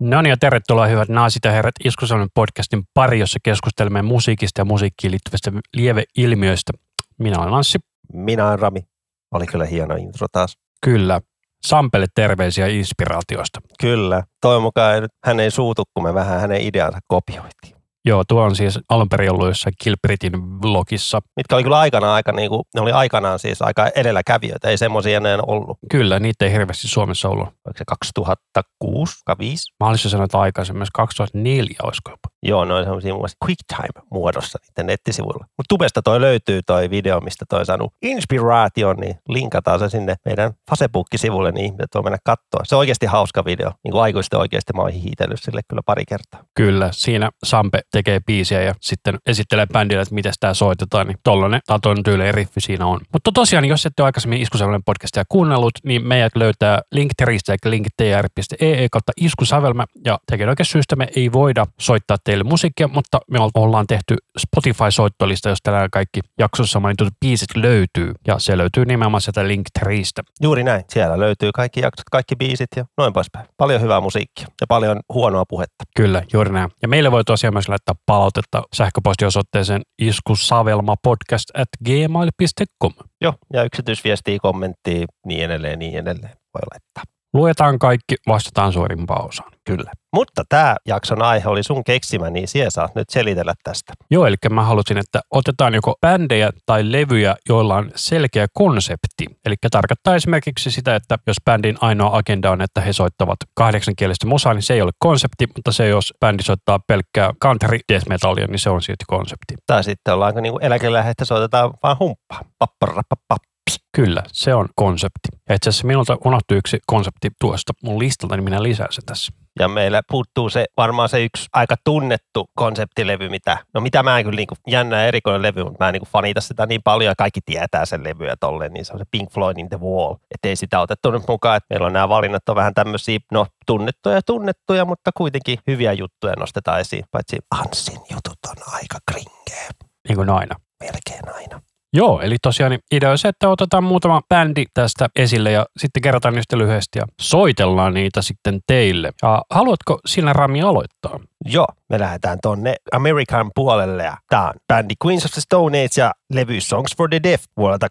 No niin, ja tervetuloa hyvät naiset ja herrat Iskusalmen podcastin pari, jossa keskustelemme musiikista ja musiikkiin liittyvistä lieveilmiöistä. Minä olen Anssi. Minä olen Rami. Oli kyllä hieno intro taas. Kyllä. Sampelle terveisiä inspiraatiosta. Kyllä. Toivon mukaan hän ei suutu, kun me vähän hänen ideansa kopioitiin. Joo, tuo on siis alun perin ollut jossain Kilbritin vlogissa. Mitkä oli kyllä ne oli aikanaan siis aika edelläkävijöitä, ei semmoisia ennen ollut. Kyllä, niitä ei hirveästi Suomessa ollut. Oliko se 2006, 2005? Mä olisin sanonut, että aikaisemmin myös 2004 olisiko jopa. Joo, ne oli semmoisia muun muassa QuickTime-muodossa niiden nettisivuilla. Mutta tubesta toi löytyy toi video, mistä toi saanut inspiraation, niin linkataan se sinne meidän Facebook-sivulle, niin ihmiset voi mennä katsoa. Se on oikeasti hauska video. Niin kuin aikuisten oikeasti mä oon hiihitellyt sille kyllä pari kertaa. Kyllä, siinä Sampe tekee biisiä ja sitten esittelee bändille, että miten sitä soitetaan, niin tollainen tyylinen riffi siinä on. Mutta tosiaan, jos ette ole aikaisemmin Iskusävelmän podcastia kuunnellut, niin meidät löytää Linktristä eli linktr.ee/iskusävelmä ja tekee oikein syystä me ei voida soittaa teille musiikkia, mutta me ollaan tehty Spotify-soittolista, jos tänään kaikki jaksossa mainitut biisit löytyy ja se löytyy nimenomaan sieltä Linktristä. Juuri näin, siellä löytyy kaikki jaksot, kaikki biisit ja noin poispäin. Paljon hyvää musiikkia ja paljon huonoa puhetta. Kyllä, juuri näin. Ja meille voi tosiaan myös laittaa palautetta sähköpostiosoitteeseen iskusavelmapodcast@gmail.com. Joo, ja yksityisviestiä, kommenttia, niin edelleen voi laittaa. Luetaan kaikki, vastataan suorimpaan osaan. Kyllä. Mutta tämä jakson aihe oli sun keksimä, niin siellä saat nyt selitellä tästä. Joo, eli mä halusin, että otetaan joko bändejä tai levyjä, joilla on selkeä konsepti. Eli tarkoittaa esimerkiksi sitä, että jos bändin ainoa agenda on, että he soittavat 8-kielistä musaa, niin se ei ole konsepti, mutta se jos bändi soittaa pelkkää country death metallia, niin se on silti konsepti. Tai sitten ollaanko niin kuin eläkelähe, että soitetaan vaan humppaa. Papparapapapps. Kyllä, se on konsepti. Ja itse asiassa minulta unohtui yksi konsepti tuosta mun listalta, niin minä lisään sen tässä. Ja meillä puuttuu varmaan se yksi aika tunnettu konseptilevy, mitä mä en kyllä niin kuin, jännä ja erikoinen levy, mutta mä en niin kuin fanita sitä niin paljon ja kaikki tietää sen levyä tolleen, niin se on se Pink Floydin The Wall. Että ei sitä otettu nyt mukaan, että meillä on nämä valinnat on vähän tämmöisiä, tunnettuja, mutta kuitenkin hyviä juttuja nostetaan esiin, paitsi Anssin jutut on aika kringeä. Niin kuin aina. Melkein aina. Joo, eli tosiaan idea on se, että otetaan muutama bändi tästä esille ja sitten kerrotaan niistä lyhyesti ja soitellaan niitä sitten teille. Ja haluatko sinä, Rami, aloittaa? Joo, me lähdetään tonne Amerikan puolelle ja tää on bändi Queens of the Stone Age ja levy Songs for the Deaf vuodelta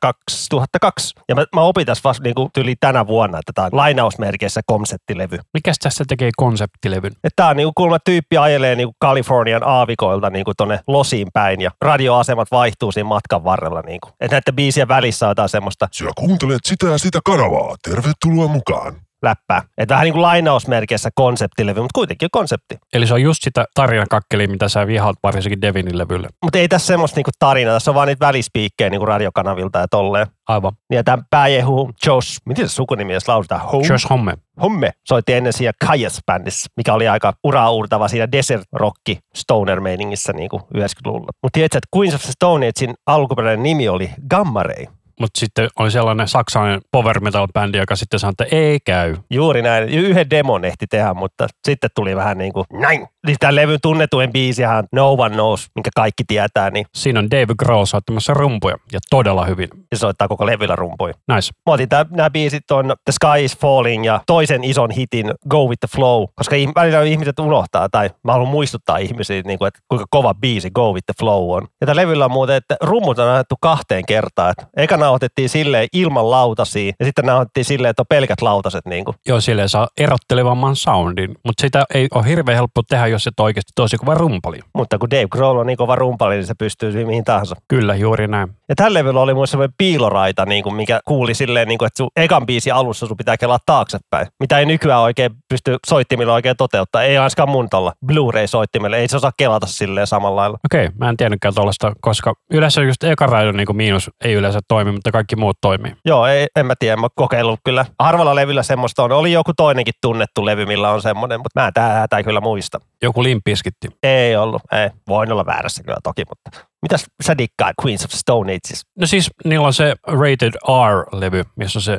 2002. Ja mä opin tässä vasta niin yli tänä vuonna, että tää on lainausmerkeissä konseptilevy. Mikäs tästä tekee konseptilevyn? Että tää on niin kuulemma tyyppi ajelee niin Kalifornian aavikoilta niin tonne Losiin päin ja radioasemat vaihtuu siinä matkan varrella. Niin että näiden biisien välissä on jotain semmoista. Sinä kuuntelet sitä ja sitä kanavaa. Tervetuloa mukaan. Läppää. Että vähän niin kuin lainausmerkeissä konseptilevy, mutta kuitenkin konsepti. Eli se on just sitä tarinakakkeliä, mitä sä vihaat varsinkin Devinin levylle. Mutta ei tässä semmoista niinku tarinaa, tässä on vaan niitä välispiikkejä niinku radiokanavilta ja tolleen. Aivan. Ja tämä pääjehu Josh, miten se sukunimi edes lausutaan? Josh Homme. Soitti ennen siinä Kajas-bändissä, mikä oli aika uraa-uurtava siinä desert rocki stoner-meiningissä niinku 90-luvulla. Mutta tiedätkö, että Queens of the Stone Agein alkuperäinen nimi oli Gamma Ray. Mutta sitten oli sellainen saksalainen power metal-bändi, joka sitten sanoi, että ei käy. Juuri näin. Yhden demon ehti tehdä, mutta sitten tuli vähän niin kuin näin. Tämä levyn tunnetuin biisihän No One Knows, minkä kaikki tietää. Niin. Siinä on Dave Grohl soittamassa rumpuja ja todella hyvin. Se soittaa koko levyllä rumpuja. Nice. Mä otin nämä biisit on The Sky is Falling ja toisen ison hitin Go with the Flow, koska välillä ihmiset unohtaa tai mä haluan muistuttaa ihmisiä, niin kuin, että kuinka kova biisi Go with the Flow on. Ja tämä levyllä on muuten, että rummut on annettu 2 kertaa. Että eka nauhoitettiin silleen ilman lautasia ja sitten nauhoitettiin silleen, että on pelkät lautaset. Niin kuin. Joo, silleen saa erottelevamman soundin, mutta sitä ei ole hirveän helppo tehdä, jos et oikeasti tosi kova rumpali. Mutta kun Dave Grohl on niin kova rumpali, niin se pystyy mihin tahansa. Kyllä, juuri näin. Ja tällä levyllä oli myös sellainen piiloraita, niin kuin, mikä kuuli silleen, niin kuin, että sun ekan biisin alussa sun pitää kelaa taaksepäin. Mitä ei nykyään oikein pysty soittimilla oikein toteuttaa. Ei ainakaan mun tolla Blu-ray-soittimella. Ei se osaa kelata silleen samalla lailla. Okei, mä en tiennytkään tuollaista, koska yleensä just eka raidon niin miinus ei yleensä toimi, mutta kaikki muut toimii. Joo, en mä tiedä. Mä oon kokeillut kyllä. Harvalla levyllä semmoista on. Oli joku toinenkin tunnettu levy, millä on semmoinen, mutta mä en tätä kyllä muista. Joku Limp Bizkit. Ei ollut. Ei. Voin olla väärässä kyllä toki, mutta Mitäs sä dikkaat Queens of Stone Ageissa? No siis niillä on se Rated R-levy, missä on se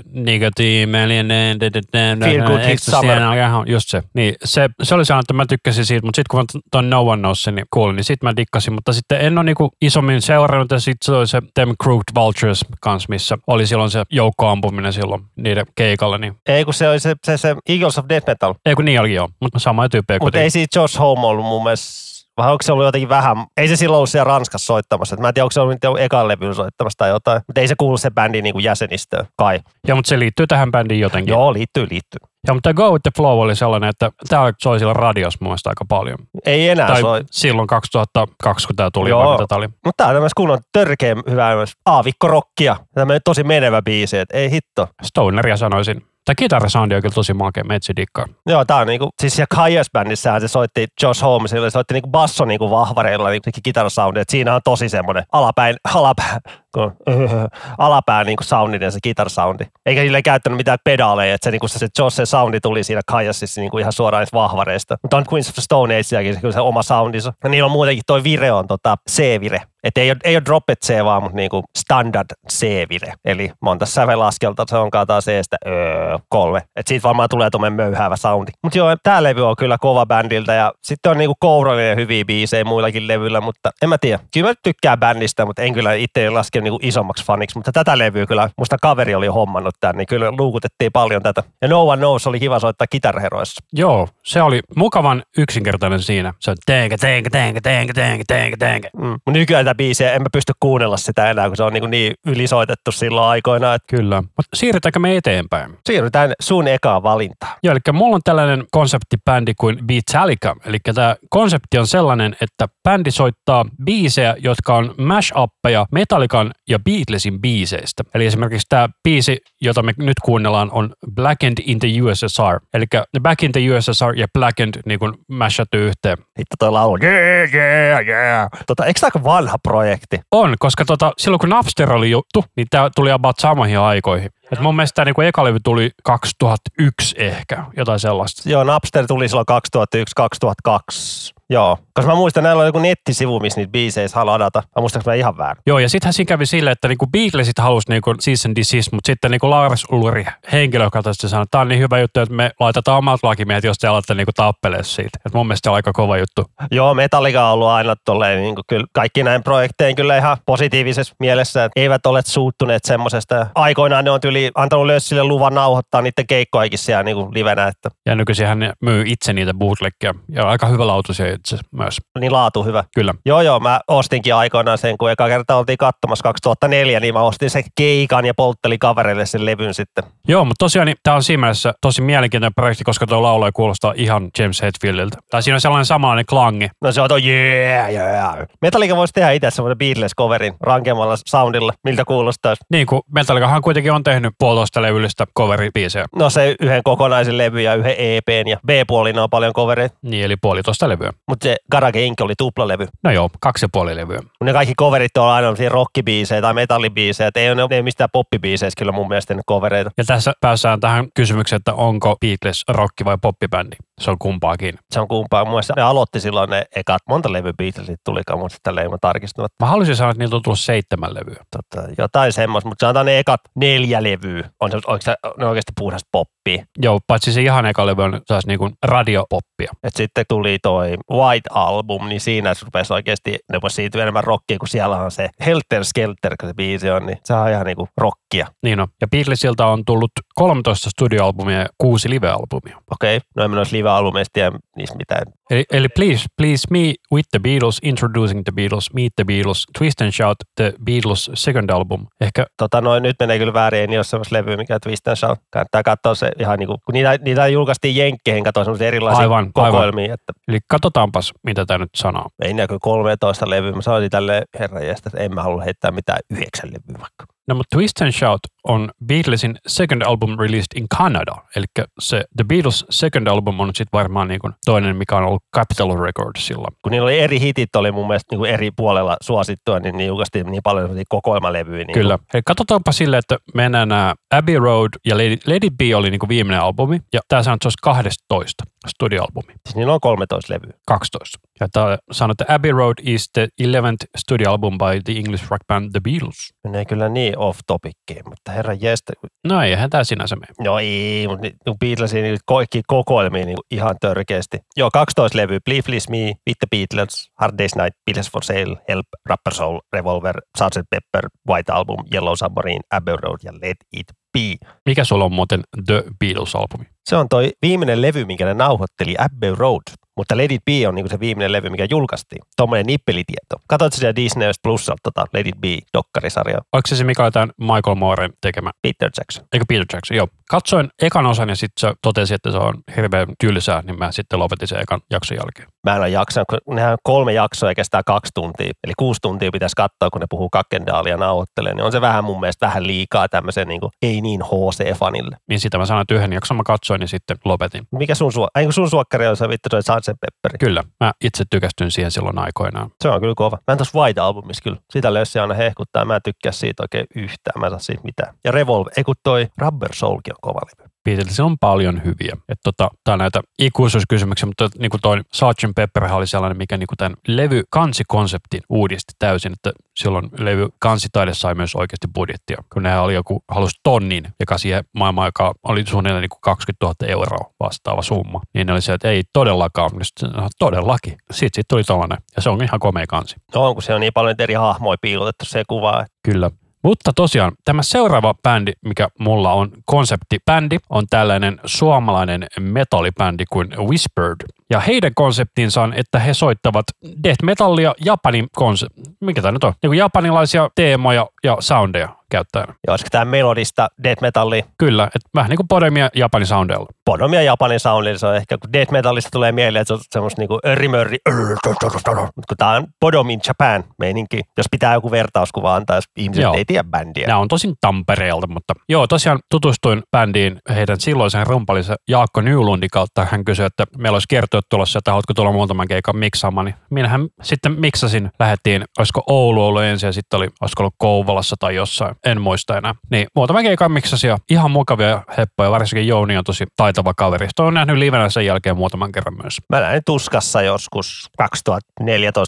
Feel Good Hit Summer. Just se. Niin se oli sellainen, että mä tykkäsin siitä, mutta sitten kun mä ton No One Knows sen kuulin, niin sitten mä dikkasin, mutta sitten en ole niinku isommin seurannut, ja sitten se oli se Them Crooked Vultures kanssa, missä oli silloin se joukkoampuminen silloin niiden keikalla. Niin. Ei kun se oli se Eagles of Death Metal. Ei kun niin olikin joo, mutta sama tyyppejä. Mutta ei siitä Josh Homme ollut mun mielestä. Vai onko se ollut jotenkin vähän, ei se silloin ollut siellä Ranskassa soittamassa. Mä en tiedä, onko se ollut ekan levyllä soittamassa tai jotain. Mutta ei se kuulu sen bändin niin kuin jäsenistöön, kai. Joo, mutta se liittyy tähän bändiin jotenkin. Joo, liittyy. Ja mutta Go With The Flow oli sellainen, että tämä soi silloin radiossa mun mielestä aika paljon. Ei enää tai soi. Silloin 2002, kun tämä tuli, Joo. vai mitä tämä oli. Mutta tää on tämmöistä kunnon törkeä hyvää aavikkorokkia. Tämmöinen tosi menevä biisi, että ei hitto. Stoneria sanoisin. Tämä kitarasoundi on kyllä tosi makea, metsi dikkaa. Joo, tää on niinku, siis siellä Kaias-bändissähän se soitti Josh Homme, se soitti niinku basso niinku vahvareilla niinku kitarasoundi, että siinä on tosi semmoinen alapää niinku soundinen se kitarasoundi. Eikä niille käyttänyt mitään pedaaleja, että se niinku se Joshen soundi tuli siinä Kaiasissa niinku ihan suoraan niistä vahvareista. Mutta on Queens of Stone Ageakin kyllä se oma soundinsa. Ja niillä on muutenkin toi vire on C-vire. Että ei ole dropped C vaan, mutta niinku standard C-vire. Eli monta sävelaskelta se onkaan taas C-stä 3. Että siitä varmaan tulee tuommoinen möyhäävä soundi. Mutta joo, tää levy on kyllä kova bändiltä ja sitten on niinku kourallinen hyviä biisejä muillakin levyillä, mutta en mä tiedä. Kyllä mä tykkään bändistä, mutta en kyllä itse laske niinku isommaksi faniksi. Mutta tätä levyä kyllä, musta kaveri oli hommannut tän, niin kyllä luukutettiin paljon tätä. Ja No One Knows oli kiva soittaa kitarheroissa. Joo, se oli mukavan yksinkertainen siinä. Se on teenkä. Mutta nykyään tätä biisiä en mä pysty kuunnella sitä enää, kun se on niin ylisoitettu silloin aikoina. Että Kyllä. Mutta siirrytäänkö me eteenpäin? siirrytään sun ekaan valintaan. Joo, eli mulla on tällainen konseptibändi kuin Beatallica. Eli tämä konsepti on sellainen, että bändi soittaa biisejä, jotka on mash-uppeja Metallican ja Beatlesin biiseistä. Eli esimerkiksi tämä biisi, jota me nyt kuunnellaan, on Blackened in the USSR. Eli Back in the USSR ja Blackened niin kuin mashattu yhteen. Hitto toi laulu. Yeah. Eikö tämä aika vanha projekti? On, koska silloin kun Napster oli juttu, niin tämä tuli about samoihin aikoihin. Et mun mielestä tämä niinku eka levy tuli 2001 ehkä, jotain sellaista. Joo, Napster tuli silloin 2001-2002. Joo, koska mä muistan, näillä on joku nettisivu, missä niitä biisejä saa ladata. Mä muistanko mä ihan väärin? Joo, ja sittenhän siinä kävi silleen, että niinku Beatlesit halusi niinku cease and desist, mutta sitten niinku Lars Ulrich henkilökohtaisesti sanoi, että tämä on niin hyvä juttu, että me laitetaan omat lakimiehet, jos te alatte niinku tappelemaan siitä. Et mun mielestä se on aika kova juttu. Joo, Metallica on ollut aina tolleen, niin kyllä kaikki näin projektein kyllä ihan positiivisessa mielessä, että eivät ole suuttuneet semmosesta. Aikoinaan ne on antanut Lössille luvan nauhoittaa niiden keikkoikin siellä niin kuin livenä. Että. Ja nykyisin ne myy itse niitä bootleggia. Ja aika hyvä lautuisia itse myös. Niin laatu hyvä. Kyllä. Joo, mä ostinkin aikoinaan sen, kun eka kerta oltiin katsomassa 2004, niin mä ostin sen keikan ja polttelin kavereille sen levyn sitten. Joo, mutta tosiaan niin, tämä on siinä mielessä tosi mielenkiintoinen projekti, koska tuo laulaja kuulostaa ihan James Hetfieldiltä. Tai siinä on sellainen samanlainen klangi. No se on tuo yeah. Metallica voisi tehdä itse semmoinen Beatles-coverin rankemmalla soundilla, miltä kuulostaisi. Niin kuin Metallicahan kuitenkin on tehnyt puolitoista levyllistä coveribiisejä. No se yhden kokonaisen levyn ja yhden EPn ja B-puolina on paljon covereita. Niin, eli puolitoista levyä. Mutta se Garage Inc. oli tuplalevy. No joo, 2,5 levyä. Ne kaikki coverit on aina rockibiisejä tai metallibiisejä. Ei ole mistään poppibiiseissä kyllä mun mielestä ne covereita. Ja tässä päässään tähän kysymykseen, että onko Beatles rocki vai poppibändi. Se on kumpaakin. Se on kumpaa. Mun mielestä ne aloitti silloin ne ekat. Monta levyä Beatlesit tulikaan, mutta sitä ei mä tarkistunut. Mä haluaisin sanoa, että niiltä on tullut 7 levyä. Jotain semmoista, mutta sanotaan ne ekat 4 levyä. Ne oikeasti puhdasta poppia. Joo, paitsi se ihan eka levy on taas niin kuin radiopoppia. Et sitten tuli toi White Album, niin siinä se rupesi oikeasti, ne voisi siirtyä enemmän rockia, kun siellä on se Helter Skelter, kun se biisi on, niin se on ihan niinku rockia. Niin on. Ja Beatlesilta on tullut 13 studioalbumia ja 6 live-albumia. Okei, no en mä noissa live-albumeista tiedä niistä mitään. Eli Please Me with the Beatles, Introducing the Beatles, Meet the Beatles, Twist and Shout, the Beatles second album. Ehkä nyt menee kyllä väärin, ei niin ole semmoista levyä, mikä Twist and Shout. Kannattaa katsoa se ihan niinku, kun niitä julkaistiin jenkkeihin, katsoa semmoisia erilaisia kokoelmia. Että eli katsotaanpas, mitä tämä nyt sanoo. ei näkyy 13 levyä. Mä sanoisin tälleen herranjestä, että en mä halua heittää mitään 9 levyä vaikka. No, mutta Twist and Shout on Beatlesin second album released in Canada. Eli se The Beatles second album on sitten varmaan niin kuin toinen, mikä on ollut Capitol Recordsilla. Kun niillä oli eri hitit, oli mun mielestä niin kuin eri puolella suosittua, niin julkaistiin niin paljon kokoelmalevyjä. Niin Kyllä. Eli katsotaanpa silleen, että mennään nämä Abbey Road ja Let It Be oli niin kuin viimeinen albumi. Ja tämä sanoo, että se olisi 12 studioalbumi. Siis niillä on 13 levyä. 12. Ja tämä sanoo, että Abbey Road is the 11th studio album by the English rock band The Beatles. Menee kyllä niin off-topickiin, mutta herran jestä. No eihän tämä sinänsä mene. No ei, mutta Beatlesin niin kaikki kokoelmiin niin ihan törkeästi. Joo, 12 levyä. Please Please Me, With the Beatles, Hard Day's Night, Beatles for Sale, Help, Rubber Soul, Revolver, Sgt. Pepper, White Album, Yellow Submarine, Abbey Road ja Let It Be. Mikä sulla on muuten The Beatles-albumi? Se on toi viimeinen levy, minkä ne nauhoitteli, Abbey Road. Mutta Let It Be on niinku se viimeinen levy, mikä julkaistiin. Tuommoinen nippelitieto. Katsoitko siellä Disney Plusalta Let It Be-dokkarisarjaa? Onko se mikä oli tämän Michael Mooren tekemä? Peter Jackson. Eikö Peter Jackson? Joo. Katsoin ekan osan ja sitten se totesi, että se on hirveän tylsää, niin mä sitten lopetin sen ekan jakson jälkeen. Mä en ole jaksanut, kun nehän 3 jaksoa ja kestää 2 tuntia. Eli 6 tuntia pitäisi katsoa, kun ne puhuu Kakkendaalia nauhoittelee. Niin on se vähän mun mielestä vähän liikaa tämmöisen niin ei niin HC-fanille. Niin sitä mä sanoin, että yhden jakson mä katsoin, niin sitten lopetin. Mikä sun suokkari on se vittu toi Sgt. Pepper? Kyllä. Mä itse tykästyn siihen silloin aikoinaan. Se on kyllä kova. Mä en tossa White Albumissa kyllä. Sitä löyssi aina hehkuttaa. Mä en tykkää siitä oikein yhtään. Mä en saa siitä mitään. Ja Revolver, kun toi Rubber Soulkin on kova levy. Beatlesissa on paljon hyviä. Tää on näitä ikuisuuskysymyksiä, mutta niin kuin toi Sgt. Pepper oli sellainen, mikä niin kuin tämän levy-kansikonseptin uudisti täysin, että silloin levy-kansitaide sai myös oikeasti budjettia. Kun nehän oli halusi tonnin, joka siihen maailmaan, joka oli suunnilleen niin kuin 20 000 euroa vastaava summa, niin ne oli se, että ei todellakaan, todellakin. Sitten tuli tollainen, ja se on ihan komea kansi. No on, kun se on niin paljon eri hahmoja piilotettu se kuvaa. Kyllä. Mutta tosiaan tämä seuraava bändi, mikä mulla on konseptibändi, on tällainen suomalainen metallibändi kuin Whispered. Ja heidän konseptinsa on, että he soittavat death metallia mikä tämä nyt on? Niin kuin japanilaisia teemoja ja soundeja käyttäen. Ja olisiko tämä melodista death metallia? Kyllä, että vähän niin kuin Podemia Japanin soundeilla. Podemia Japanin soundilla, se on ehkä, kun death metallista tulee mieleen, että se on semmoista niinku örrimörri. Mutta kun tämä on Podom in Japan meininki, jos pitää joku vertauskuva antaa, jos ihmiset ei tiedä bändiä. Nämä on tosin Tampereelta, mutta joo, tosiaan tutustuin bändiin heidän silloisen rumpalisen Jaakko Nylundin kautta. Hän kysyi, että meillä olisi kertoa tulossa, että haluatko tulla muutaman keikan miksaamaan. Niin minähän sitten miksasin, lähdettiin, olisiko Oulu ollut ensin ja sitten olisiko ollut Kouvolassa tai jossain, en muista enää. Niin muutaman keikan miksasin ja ihan mukavia heppoja, varsinkin Jouni on tosi taitava kaveri. Sitä on nähnyt livenä sen jälkeen muutaman kerran myös. Mä näin Tuskassa joskus 2014-2013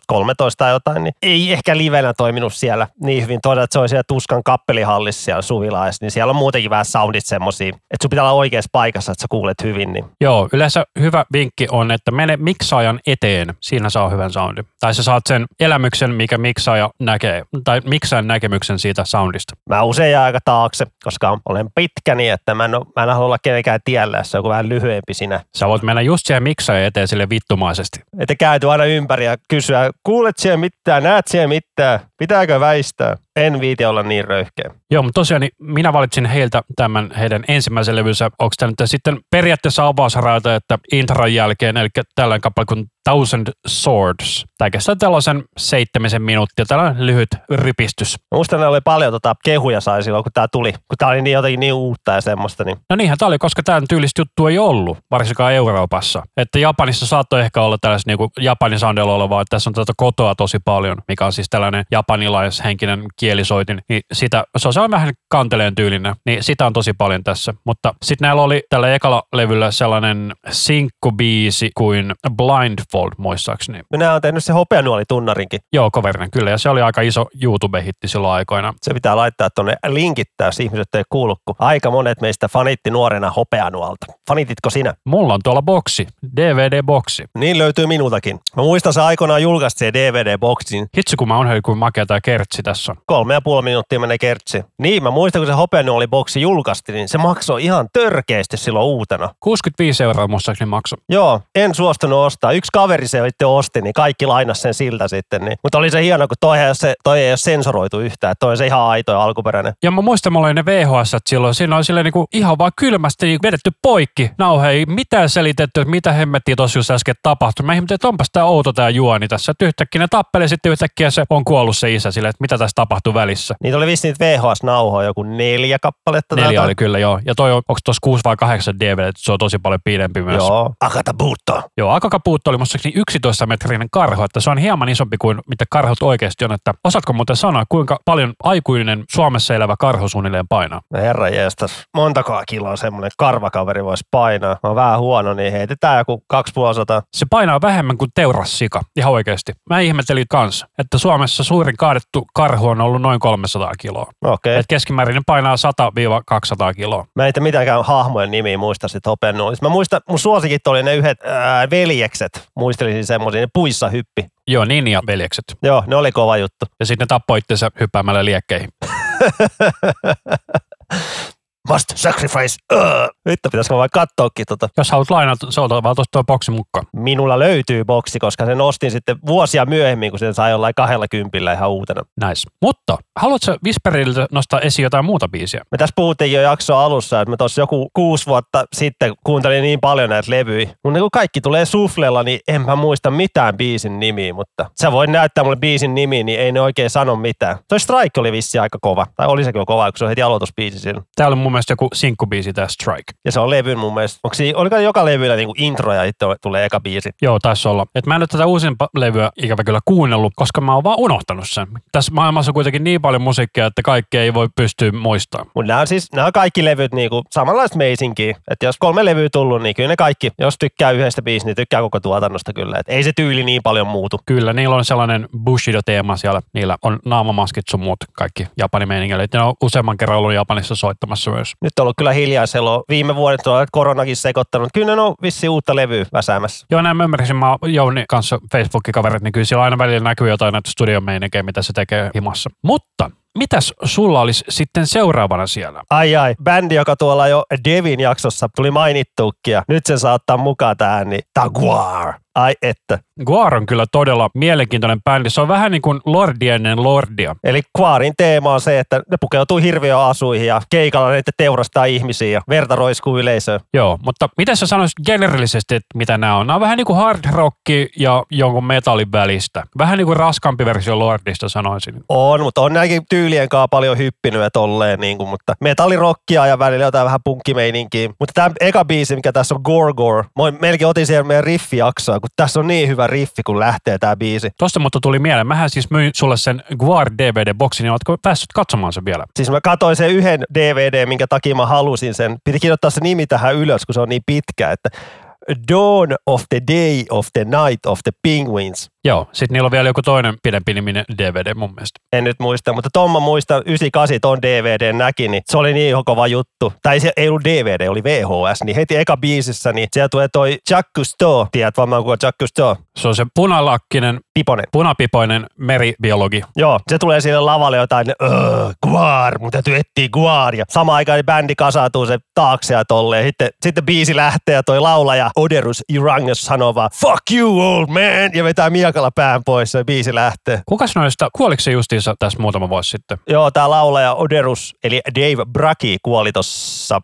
tai jotain, niin ei ehkä livenä toiminut siellä niin hyvin. Todella, että se oli siellä Tuskan kappelihallissa siellä Suvilaissa, niin siellä on muutenkin vähän soundit semmosia, että sun pitää olla oikeassa paikassa, että sä kuulet hyvin. Niin. Joo, yleensä hyvä vinkki on, että mene miksaajan eteen, siinä saa hyvän soundin. Tai sä saat sen elämyksen, mikä miksaaja näkee, tai miksaajan näkemyksen siitä soundista. Mä usein jää aika taakse, koska olen pitkä niin, että mä en halua olla kenenkään tiellä, jos se on joku vähän lyhyempi sinä. Sä voit mennä just siihen miksaajan eteen sille vittumaisesti. Että kääntyy aina ympäri ja kysyä, kuulet siellä mitään, näet siellä mitään, pitääkö väistää? En viiti olla niin röyhkeä. Joo, mutta tosiaan niin minä valitsin heiltä tämän heidän ensimmäisen levynsä. Onko tämä nyt sitten periaatteessa avausraita, että intron jälkeen, eli tällainen kappale kuin Thousand Swords. Tämä kestää tällaisen 7 minuuttia, tällainen lyhyt rypistys. Muistan, että oli paljon kehuja sai silloin, kun tämä tuli. Kun tämä oli niin jotenkin niin uutta ja semmoista. Niin. No niinhän tämä oli, koska tämän tyylistä juttu ei ollut, varsinkaan Euroopassa. Että Japanissa saattoi ehkä olla tällaista niin kuin Japanin soundilla olevaa, että tässä on tätä kotoa tosi paljon, mikä on siis tällainen japanilaishenkinen kielisoitin. Niin sitä, se on vähän kanteleen tyylinen, niin sitä on tosi paljon tässä. Mutta sitten näillä oli tällä ekalla levyllä sellainen sinkkubiisi kuin Blindfold, muistaakseni. Minä olen tehnyt se hopeanuolitunnarinkin. Joo, coverinen kyllä, ja se oli aika iso YouTube-hitti silloin aikoina. Se pitää laittaa tuonne linkittää, jos ihmiset ei kuullut, kun aika monet meistä fanitti nuorena hopeanuolta. Fanititko sinä? Mulla on tuolla boksi, DVD-boksi. Niin löytyy minultakin. Mä muistan, se aikoinaan julkaistiin DVD-boksiin. Hitsi, kun mä oon kuin makea tää kertsi tässä on. 3,5 minuuttia menee kertsi. Niin, mä muistan, kun se hopeanuoliboksi julkaistiin, niin se maksoi ihan törkeästi silloin uutena. 65 € muistaakseni maksoi. Joo, en suostunut ostaa. Yksi kaveri se itse osti, niin kaikki lainasi sen siltä sitten. Niin. Mutta oli se hieno, kun toi ei ole sensoroitu yhtään, että toi on se ihan aito ja alkuperäinen. Ja mä muistan, mulla oli ne VHS silloin, siinä oli silleen niinku ihan vaan kylmästi niinku vedetty poikki. Nauhe ei mitään selitetty, että mitä hemmettiä tossa just äsken tapahtui. Mä ihmettelin, että onpas tää outo tää juoni tässä. Että yhtäkkiä ne tappeli, sitten yhtäkkiä se on kuollut se isä silleen, että mitä tässä tapahtui välissä. Niitä oli vissiin VHS-nauhoja, joku 4 kappaletta. 4 oli kyllä, joo. Ja toi onko tuossa 6 vai 8 DVD, että se on tosi paljon pidempi myös. Joo, Akakabuutto. Joo, Akakabuutto oli musta 11-metrinen karhu, että se on hieman isompi kuin mitä karhut oikeasti on. Että osaatko muuten sanoa, kuinka paljon aikuinen Suomessa elävä karhu suunnilleen painaa? No herra jestas, montakaa kiloa semmoinen karvakaveri voisi painaa. Mä oon vähän huono, niin heitetään joku 250. Se painaa vähemmän kuin teurassika, ihan oikeasti. Mä ihmettelin kanssa, että Suomessa suurin kaadettu karhu on ollut noin 300 kiloa. Okei. Et keskimäärin painaa 100-200 kiloa. Mä en itse mitenkään hahmojen nimiä muista sit hopennut. Mä muistan, mun suosikit oli ne yhdet veljekset. Muistelisin semmoisia, ne puissa hyppi. Joo, Ninja-veljekset. Joo, ne oli kova juttu. Ja sitten ne tappoi itsensä hyppäämällä liekkeihin. Must sacrifice. Nyt pitäisikö vaan katsoakin tota. Jos haluat lainata, se on vaan tuosta tuo boksi mukaan. Minulla löytyy boksi, koska sen ostin sitten vuosia myöhemmin, kun sen sai jollain 20 ihan uutena. Nice. Mutta haluatko Whisperiltä nostaa esiin jotain muuta biisiä? Me tässä puhuttiin jo jaksoa alussa, että mä tuossa joku 6 vuotta sitten kuuntelin niin paljon näitä levyjä. Mun kun kaikki tulee suflella, niin enpä muista mitään biisin nimiä, mutta sä voit näyttää mulle biisin nimiä, niin ei ne oikein sano mitään. Toi Strike oli vissi aika kova. Tai oli sekin kova, kun se on heti aloitusbiisi siinä. Tää oli mun mielestä joku sinkkubiisi, tää Strike. Ja se on levyn mun mielestä. Oliko joka levyllä niinku intro ja sitten tulee eka biisi? Joo, taisi olla. Et mä en ole tätä uusinpa levyä ikävä kyllä kuunnellut, koska mä oon vaan unohtanut sen. Tässä maailmassa on kuitenkin niin paljon musiikkia, että kaikkea ei voi pystyä muistamaan. Mutta nämä on kaikki levyt niinku samanlaista meisinkiä. Että jos 3 levyä tullut, niin kyllä ne kaikki, jos tykkää yhdestä biisistä, niin tykkää koko tuotannosta kyllä. Et ei se tyyli niin paljon muutu. Kyllä, niillä on sellainen Bushido-teema siellä. Niillä on naamamaskit sun muut kaikki Japani-meiningillä. Ne on useamman kerran ollut Japanissa soittamassa myös. Nyt on ollut kyllä hiljaiselo. Viime vuodet on koronakin sekoittanut. Kyllä ne on vissiin uutta levyä väsäämässä. Joo, näin mä ymmärsin. Mä Jouni kanssa Facebook-kaverit, niin kyllä siellä aina välillä näkyy jotain näitä studiomeiningejä, mitä se tekee himassa. Mutta mitäs sulla olisi sitten seuraavana siellä? Ai, bändi, joka tuolla jo Devin jaksossa tuli mainittuukin ja nyt se saa ottaa mukaan tähän, niin Taguar. Ai että. Gwar on kyllä todella mielenkiintoinen bändi. Se on vähän niin kuin Lordi ennen Lordia. Eli Gwarin teema on se, että ne pukeutuu hirviöasuihin ja keikalla ne teurastaa ihmisiä ja verta roiskuu yleisöön. Joo, mutta mitä sä sanoisit generellisesti, että mitä nämä on? Nämä on vähän niin kuin hard rock ja jonkun metallin välistä. Vähän niin kuin raskaampi versio Lordista sanoisin. On, mutta on näinkin tyylien kanssa paljon hyppinyt ja tolleen, niin kuin, mutta metallirockia ja välillä jotain vähän punkkimeininkiä. Mutta tämä eka biisi, mikä tässä on Gorgor, mä melkein otin siellä meidän riffijaksoa, kun tässä on niin hyvä riffi, kun lähtee tää biisi. Tosta mutta tuli mieleen. Mähän siis myin sulle sen Gwar DVD-boksin, niin ootko päässyt katsomaan sen vielä? Siis mä katsoin sen yhden DVD, minkä takia mä halusin sen. Piti kirjoittaa se nimi tähän ylös, kun se on niin pitkä, että Dawn of the Day of the Night of the Penguins. Joo, sit niillä on vielä joku toinen pidempi niminen DVD mun mielestä. En nyt muista, mutta Tomma muista 98 ton DVD näki, niin se oli niin kova juttu. Tai se ei ollut DVD, oli VHS, niin heti eka biisissä, niin siellä tulee toi Jacques Cousteau. Tiedät varmaan kuka Jacques Cousteau? Se on se punalakkinen, punapipoinen meribiologi. Joo, se tulee sinne lavalle jotain, Gwar, mun täytyy etsiä Gwar. Ja samaan aikaan bändi kasautuu se taakse ja tolleen. Sitten biisi lähtee ja toi laulaja Oderus Uranius sanoo vaan, fuck you old man, ja vetää miakalla pään pois ja biisi lähtee. Kukas noista, kuoliko se justiinsa tässä muutama vuosi sitten? Joo, tää laulaja Oderus, eli Dave Brachy kuoli tossa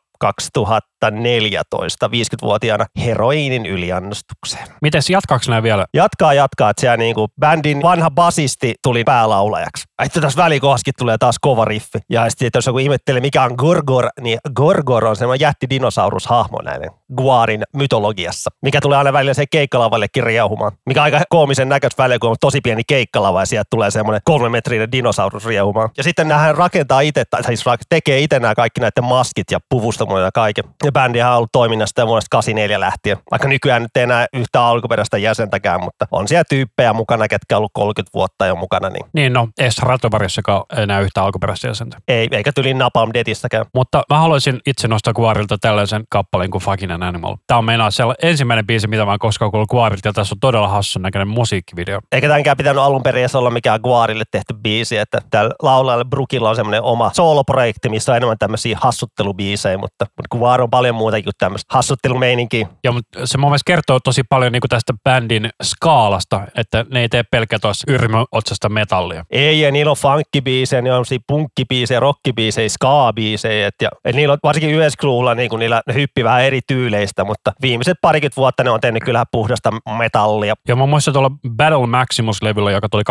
2014 50-vuotiaana heroiinin yliannostukseen. Mites jatkaako nämä vielä? Jatkaa, että siellä niinku bändin vanha basisti tuli päälaulajaksi. Sitten tässä välikohdassakin tulee taas kova riffi. Ja sitten jos joku ihmettelee mikä on Gorgor, niin Gorgor on semmoinen jättidinosaurus-hahmo näiden Gwarin mytologiassa, mikä tulee aina välillä se keikkalavallekin riehumaan. Mikä on aika koomisen näköistä välillä, kun on tosi pieni keikkalava ja sieltä tulee semmoinen 3-metrinen dinosaurus riehumaan. Ja sitten nämähän rakentaa itse, tai siis tekee itse nämä kaikki näiden maskit ja puvustamoja ja kaiken. Ja bändihän on ollut toiminnasta vuodesta 84 lähtien. Vaikka nykyään nyt ei enää yhtä alkuperäistä jäsentäkään, mutta on siellä tyyppejä mukana, ketkä on ollut 30 vuotta jo mukana. Niin no, ei Stratovarissakaan enää yhtä alkuperäistä jäsentä. Ei, eikä tyli Napalm Deathissäkään. Mutta mä haluaisin itse nostaa Gwarilta tällaisen kappaleen kuin Fucking an Animal. Tää on meinaa ensimmäinen biisi, mitä mä oon koskaan kuullut Gwarilta, ja tässä on todella hassun näköinen musiikkivideo. Eikä tämänkään pitänyt alun perin olla mikään Gwarille tehty biisi, että täällä laulajalle Brookilla on semmoinen oma sooloprojekti, missä on enemmän tämmöisiä hassuttelubiisejä, mutta mutta Guar on paljon muutakin kuin tämmöistä hassuttelumeininkiä. Ja mutta se mun mielestä kertoo tosi paljon niin kuin tästä bändin skaalasta, että ne ei tee pelkkä tuossa yrmöotsasta metallia. Ei, ja niillä on funkkibiisejä, niillä on punkkibiisejä, rockibiisejä, ska-biisejä, ja niillä on varsinkin Yeskluulla niin niillä ne hyppii vähän eri tyyleistä, mutta viimeiset parikymmentä vuotta ne on tehnyt kyllähän puhdasta metallia. Ja muun muassa tuolla Battle Maximus-levyllä, joka tuli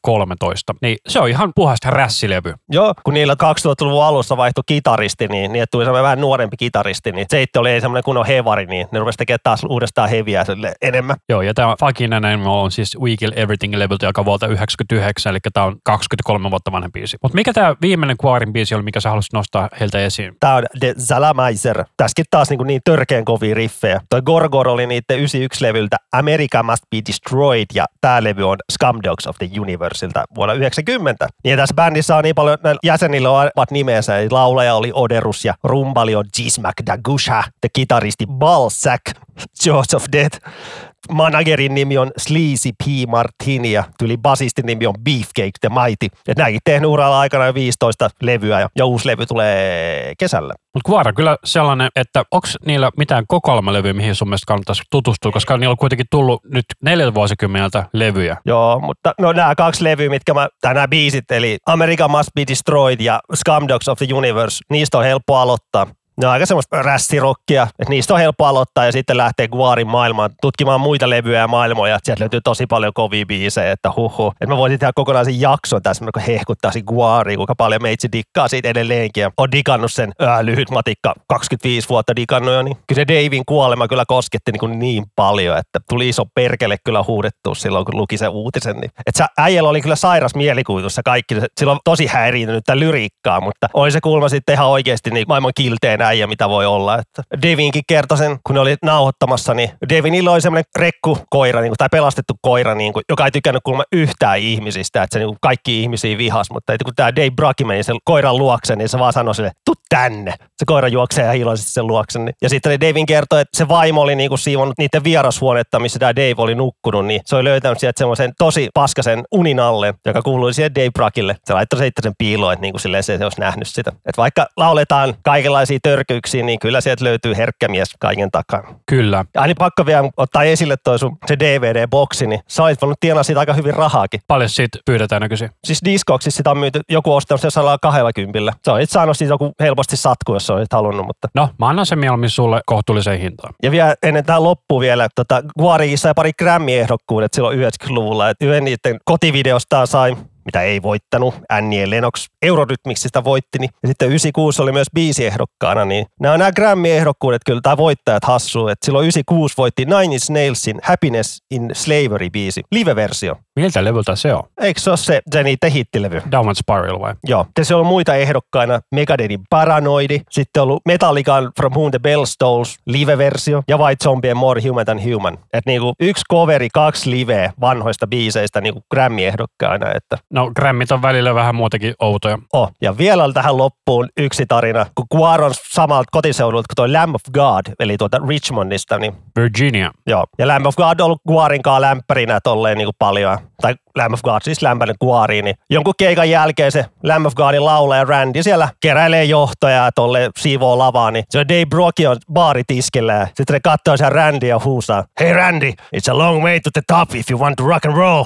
2013, niin se on ihan puhasta rässilevy. Joo, kun niillä 2000-luvun alussa vaihtui kitaristi, niin tuli semmoinen vähän nuorempi kitaristi, niin se oli semmoinen kunnon hevari, niin ne rupesi tekemään taas uudestaan heviä enemmän. Joo, ja tämä Fucking Animal on siis We Kill Everything-levyltä, joka vuolta 1999, eli tämä on 23 vuotta vanha biisi. Mutta mikä tämä viimeinen Guarin biisi oli, mikä sä halusit nostaa heiltä esiin? Tämä on The Zalamizer. Tässäkin taas niin törkeän kovia riffejä. Toi Gorgor oli niiden 91-levyltä America Must Be Destroyed, ja tämä levy on Scum Dogs of the Universilta vuonna 90. Ja tässä bändissä on niin paljon, jäsenillä ovat nimensä. Laulaja oli Oderus ja rumpali on Gismak Dagusha, ja kitaristi Balzac, Jaws of Death. Managerin nimi on Sleazy P. Martini ja basistin nimi on Beefcake the Mighty. Et näinkin tehnyt uralla aikana jo 15 levyä ja uusi levy tulee kesällä. Mutta Guar on kyllä sellainen, että onko niillä mitään kokoelmalevyä, mihin sun mielestä kannattaisi tutustua, koska niillä on kuitenkin tullut nyt 4 vuosikymmeneltä levyjä. Joo, mutta nämä 2 levyä, nämä biisit, eli America Must Be Destroyed ja Scum Dogs of the Universe, niistä on helppo aloittaa. Ne on aika semmoista rässirokkia, että niistä on helppo aloittaa ja sitten lähtee Guarin maailmaan tutkimaan muita levyjä ja maailmoja. Sieltä löytyy tosi paljon kovia biisejä, että huhu. Että mä voisin tehdä kokonaisen jakson tässä, kun hehkuttaisin Guaria, kuinka paljon meitsi dikkaa siitä edelleenkin. Ja on digannut sen lyhyt matikka, 25 vuotta digannut jo. Niin kyllä se Davin kuolema kyllä kosketti niin paljon, että tuli iso perkele kyllä huudettua silloin, kun luki sen uutisen. Niin. Että se äijällä oli kyllä sairas mielikuvitus ja kaikki. Sillä on tosi häiriintynyt tämän lyriikkaa, mutta oli se kulma sitten ihan oikeasti niin maailman kilteen äijä, mitä voi olla. Että Devinkin kertoi sen, kun ne oli nauhoittamassa, niin Devinillä oli semmoinen rekkukoira, tai pelastettu koira, joka ei tykännyt kuulemma yhtään ihmisistä, että se kaikki ihmisiä vihas, mutta kun tämä Dave Brockie meni sen koiran luokse, niin se vaan sanoi sille, tuu tänne. Se koira juoksee ja iloisesti sen luokse. Ja sitten Davin kertoi, että se vaimo oli siivonnut niiden vierashuonetta, missä tämä Dave oli nukkunut, niin se oli löytänyt sieltä semmoisen tosi paskasen unin alle, joka kuului siihen Dave Brockielle. Se laittoi sitten sen piiloon, että silleen se olisi nähnyt sitä. Että vaikka lauletaan kaikenlaisia törkyyksiä, niin kyllä sieltä löytyy herkkä mies kaiken takaa. Kyllä. Ja niin pakko vielä ottaa esille se DVD-boksi, niin sä olit voinut tienaa siitä aika hyvin rahaakin. Paljon siitä pyydetään nykyisin? Siis Discogsissa sitä on myyty, joku ostanut sen 120. Sä olit saanut siitä joku helposti satku, jos sä olit halunnut, mutta... No, mä annan sen mieluummin sulle kohtuulliseen hintaan. Ja vielä ennen tämä loppu vielä, Guarikin sai pari Grammy-ehdokkuudet silloin 90-luvulla, että yhden niiden kotivideostaan sai, mitä ei voittanut, Annie Lennox Eurorytmiksistä voitti, niin. Ja sitten 96 oli myös biisiehdokkaana, niin nämä Grammy-ehdokkuudet kyllä, tai voittajat hassuu, että silloin 96 voitti Nine Inch Nailsin Happiness in Slavery-biisi, live-versio. Miltä levyltä se on? Eikö se ole se niiden hittilevy? Downward Spiral vai? Joo. Sitten on muita ehdokkaina, Megadethin Paranoidi, sitten on ollut Metallican From Whom the Bell Tolls live-versio ja White Zombie More Human Than Human. Että yksi coveri, 2 liveä vanhoista biiseistä Grammy-ehdokkaina, että no Grammit on välillä vähän muutakin outoja. Ja vielä on tähän loppuun yksi tarina, kun Guar on samalta kotiseudulta kuin toi Lamb of God, eli Richmondista. Niin, Virginia. Joo, ja Lamb of God on ollut Guarinkaan lämpärinä tolleen paljon. Tai Lamb of God, siis lämpäinen Guariin. Niin jonkun keikan jälkeen se Lamb of Godin laulaja Randy siellä keräilee johtoja ja tolle siivoo lavaa. Niin se on Dave Brockie on baaritiskillä ja sitten ne katsoo sen Randy ja huusaa, "Hey Randy, it's a long way to the top if you want to rock and roll."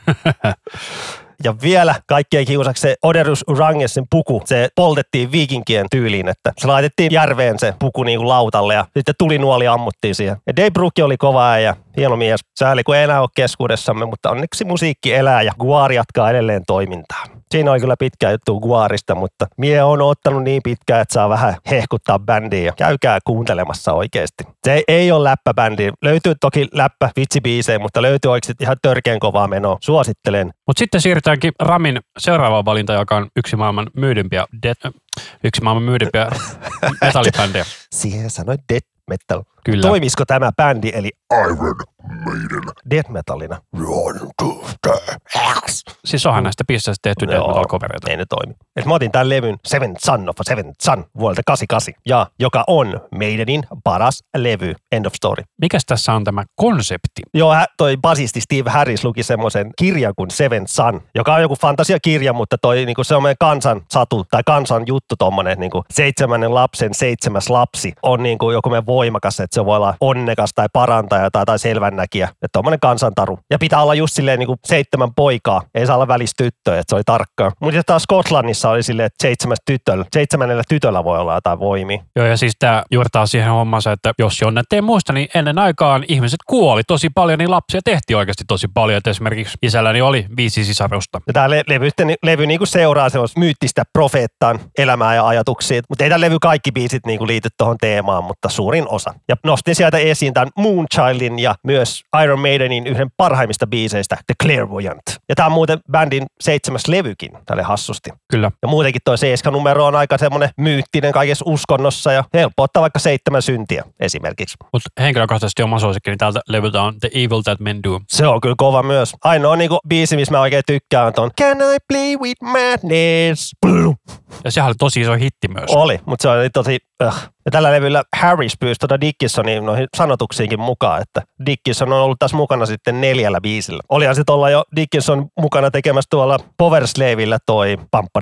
Ja vielä kaikkien kiusaksi se Oderus Urangesen puku, se poltettiin viikinkien tyyliin, että se laitettiin järveen se puku lautalle ja sitten tulinuoli ammuttiin siihen. Ja Dave Brockie oli kova ja hieno mies. Sääli kun ei enää ole keskuudessamme, mutta onneksi musiikki elää ja Guar jatkaa edelleen toimintaa. Siinä oli kyllä pitkä juttu Guarista, mutta mie on ottanut niin pitkään, että saa vähän hehkuttaa bändiä ja käykää kuuntelemassa oikeasti. Se ei ole läppäbändi. Löytyy toki läppä vitsibiisejä, mutta löytyy oikeasti ihan törkeän kovaa menoa. Suosittelen. Mutta sitten siirrytäänkin Ramin seuraavaan valintaan, joka on yksi maailman myydympiä metallibändejä. Siihen sanoi death metal. Kyllä. Toimisiko tämä bändi, eli Iron Maiden. death metallina? Siis Siis onhan näistä pisteistä tehty death metal covereita. Ei ne toimi. Et mä otin tämän levyn Seventh Son of a Seventh Son vuodelta 88, ja joka on Maidenin paras levy, End of Story. Mikäs tässä on tämä konsepti? Joo, toi basisti Steve Harris luki semmoisen kirjan kuin Seventh Son, joka on joku fantasiakirja, mutta toi niinku se on meidän kansan satu tai kansan juttu tommonen niinku 7. lapsen 7. lapsi on niinku joku meidän voimakas, että se voi olla onnekas tai parantaja tai selvännäkijä, että tommonen kansantaru. Ja pitää olla just silleen niinku 7 poikaa, ei saa olla välistyttöä, että se oli tarkkaa. Mutta taas Skotlannissa oli silleen, että 7 tytöllä voi olla jotain voimia. Joo, ja siis tämä juurtaa siihen hommansa, että jos Jonne ei muista, niin ennen aikaan ihmiset kuoli tosi paljon, niin lapsia tehtiin oikeasti tosi paljon. Että esimerkiksi isälläni oli 5 sisarusta. Ja tämä levy niinku seuraa semmoista myyttistä profeettan elämää ja ajatuksia. Mutta ei tämä levy kaikki biisit niinku liity tuohon teemaan, mutta suurin osa. Ja nostin sieltä esiin tämän Moonchildin ja myös Iron Maidenin yhden parhaimmista biiseistä, The Clairvoyant. Ja tämä on muuten bändin 7. levykin, tälle hassusti. Kyllä. Ja muutenkin toi 7-numero on aika semmoinen myyttinen kaikessa uskonnossa ja helppo ottaa vaikka 7 syntiä esimerkiksi. Mutta henkilökohtaisesti oma suosikkini tältä levyltä on The Evil That Men Do. Se on kyllä kova myös. Ainoa niinku biisi, missä mä oikein tykkään, on ton Can I Play With Madness? Ja sehän oli tosi iso hitti myös. Oli, mutta se oli tosi... Ja tällä levyllä Harris pyysi Dickinsonin noihin sanotuksiinkin mukaan, että Dickinson on ollut tässä mukana sitten 4 biisillä. Olihan sitten olla jo Dickinson mukana tekemässä tuolla Powerslavella toi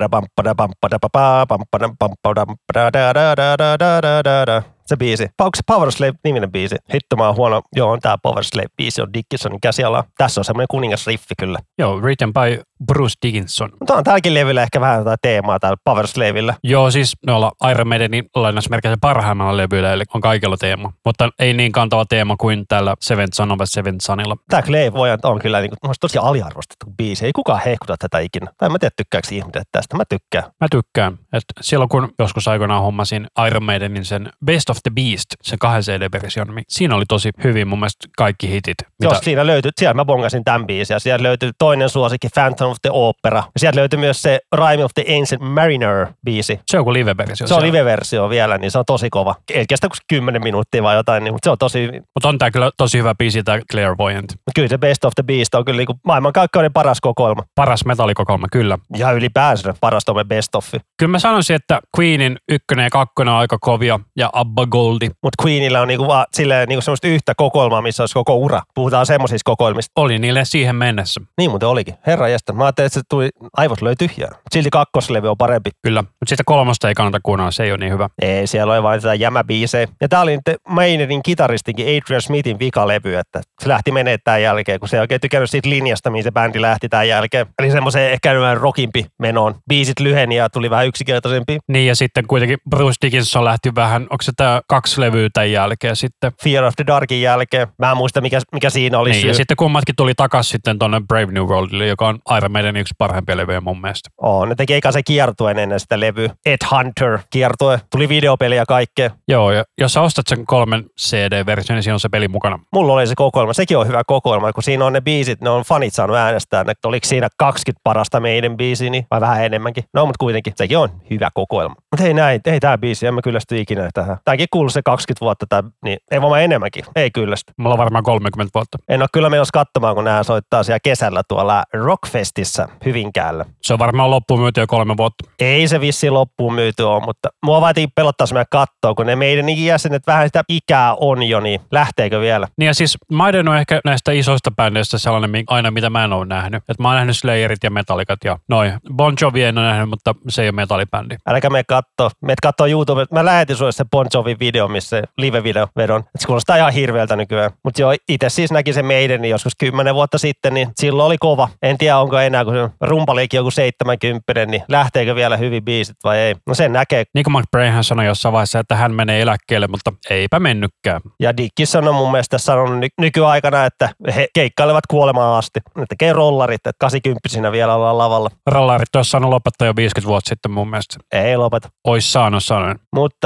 se biisi. Onko se Powerslave-niminen biisi? Hitto, mä oon huono. Joo, on tää Powerslave-biisi, on Dickinsonin käsiala. Tässä on semmoinen kuningasriffi kyllä. Joo, written by Bruce Dickinson. Mutta on tälläkin levyllä ehkä vähän jotain teemaa täällä Powerslavella. Joo, siis noilla Iron Maidenin lainausmerkeissä parhaimmalla levyllä, eli on kaikilla teema. Mutta ei niin kantava teema kuin tällä Seventh Son of a Seventh Sonilla. Tää Clairvoyant on kyllä niinku, tosi aliarvostettu biisi. Ei kukaan hehkuta tätä ikinä. Tai mä tiedä, tykkääkö ihmiset tästä. Mä tykkään. Mä tykkään. Että silloin kun joskus aikoinaan hommasin Iron Maidenin sen Best of the Beast, sen 2 CD-version, niin siinä oli tosi hyvin mun mielestä kaikki hitit. Jos siinä löytyi, siellä mä bongasin tämän biisin ja sieltä löytyi toinen suosikki Phantom of the Opera. Ja sieltä löytyi myös se Rime of the Ancient Mariner-biisi. Se on joku live-versio. Se on live-versio vielä, niin se on tosi kova. Ei kestä kuin 10 minuuttia vai jotain, niin, mutta se on tosi... Mutta on tää kyllä tosi hyvä biisi, tää Clairvoyant. Kyllä se Best of the Beast on kyllä niin maailmankaikkeuden paras kokoelma. Paras metallikokoelma, kyllä. Ja ylipäänsä paras tuomme Best of. Kyllä mä sanoisin, että Queenin 1 ja 2 on aika kovia ja Abba Goldi. Mutta Queenillä on niinku vaan silleen niinku semmoista yhtä kokoelmaa, missä olisi koko ura. Puhutaan semmoisista kokoelmista. Oli niille siihen mennessä. Niin muuten olikin. Herra jästä. Mä ajattelin, että se tuli, aivot löi tyhjää. Silti 2. levy on parempi. Kyllä, mutta sitten 3. ei kannata kuunnella, se ei ole niin hyvä. Ei, siellä oli vain tätä jämäbiisejä. Ja tää oli Mainerin kitaristinkin Adrian Smithin vikalevy, että se lähti menee tämän jälkeen, kun se ei oikein tykännyt siitä linjasta, mihin se bändi lähti tämän jälkeen. Eli semmoiseen ehkä vähän rockimpi menoon. Biisit lyheni ja tuli vähän yksinkertaisempi. Niin ja sitten kuitenkin Bruce Dickinson lähti vähän, onko se tää 2 levyä tämän jälkeen sitten? Fear of the Darkin jälkeen. Mä en muista, mikä siinä oli niin, syy. Ja sitten kummatkin tuli takas sitten tonne Brave New Worldille, joka on Iron Maiden yksi parhaimpia levyjä mun mielestä. Ne teki eikä se kiertuen ennen sitä levyä. Ed Hunter kiertue. Tuli videopeli ja kaikkea. Joo, ja jos sä ostat sen 3 CD-version, niin siinä on se peli mukana. Mulla oli se kokoelma. Sekin on hyvä kokoelma, kun siinä on ne biisit, ne on fanit saanut äänestää. Oliko siinä 20 parasta meidän biisiä, niin, vai vähän enemmänkin? No, mutta kuitenkin. Sekin on hyvä kokoelma. Mutta ei tää biisi, en mä kyllästy ikinä tähän. Tääkin kuuluu se 20 vuotta, niin ei vaan enemmänkin. Ei kyllästy. Mulla on varmaan 30 vuotta. En ole kyllä menossa katsomaan, kun nämä soittaa siellä kesällä tuolla Rockfestissä Hyvinkäällä. Se on varmaan loppuun myyty jo 3 vuotta. Ei se vissiin loppuun myyty ole, mutta mua vaatii pelottaa semmoinen katsoa, kun ne meidän jäsenet vähän sitä ikää on jo, niin lähteekö vielä? Niin ja siis Maiden on ehkä näistä isoista bändeistä sellainen aina, mitä mä en ole nähnyt. Et mä oon nähnyt Slayerit ja Metallicat ja noin. Bon Jovi en ole nähnyt, mutta se ei ole metallibändi. Älkää me kattoo YouTube. Mä lähetin sulle se Bon Jovin video, missä se live-video vedon. Se kuulostaa ihan hirveältä nykyään. Mutta joo, itse siis näki se meidän joskus 10 vuotta sitten, niin silloin oli kova. En tiedä, onko enää, kun se rumpaliikin joku 70, niin lähteekö vielä hyvin biisit vai ei. No sen näkee. Niin kuin McBrainhan sanoi jossain vaiheessa, että hän menee eläkkeelle, mutta eipä mennytkään. Ja Dickinson on mun mielestä sanonut nykyaikana, että he keikkailevat kuolemaan asti. Ne tekee rollarit, että 80-sinä vielä ollaan lavalla. Rollarit olisi saanut lopettaa jo 50 vuotta sitten mun mielestä. Ei lopeta. Ois saanut sanoen. Mutta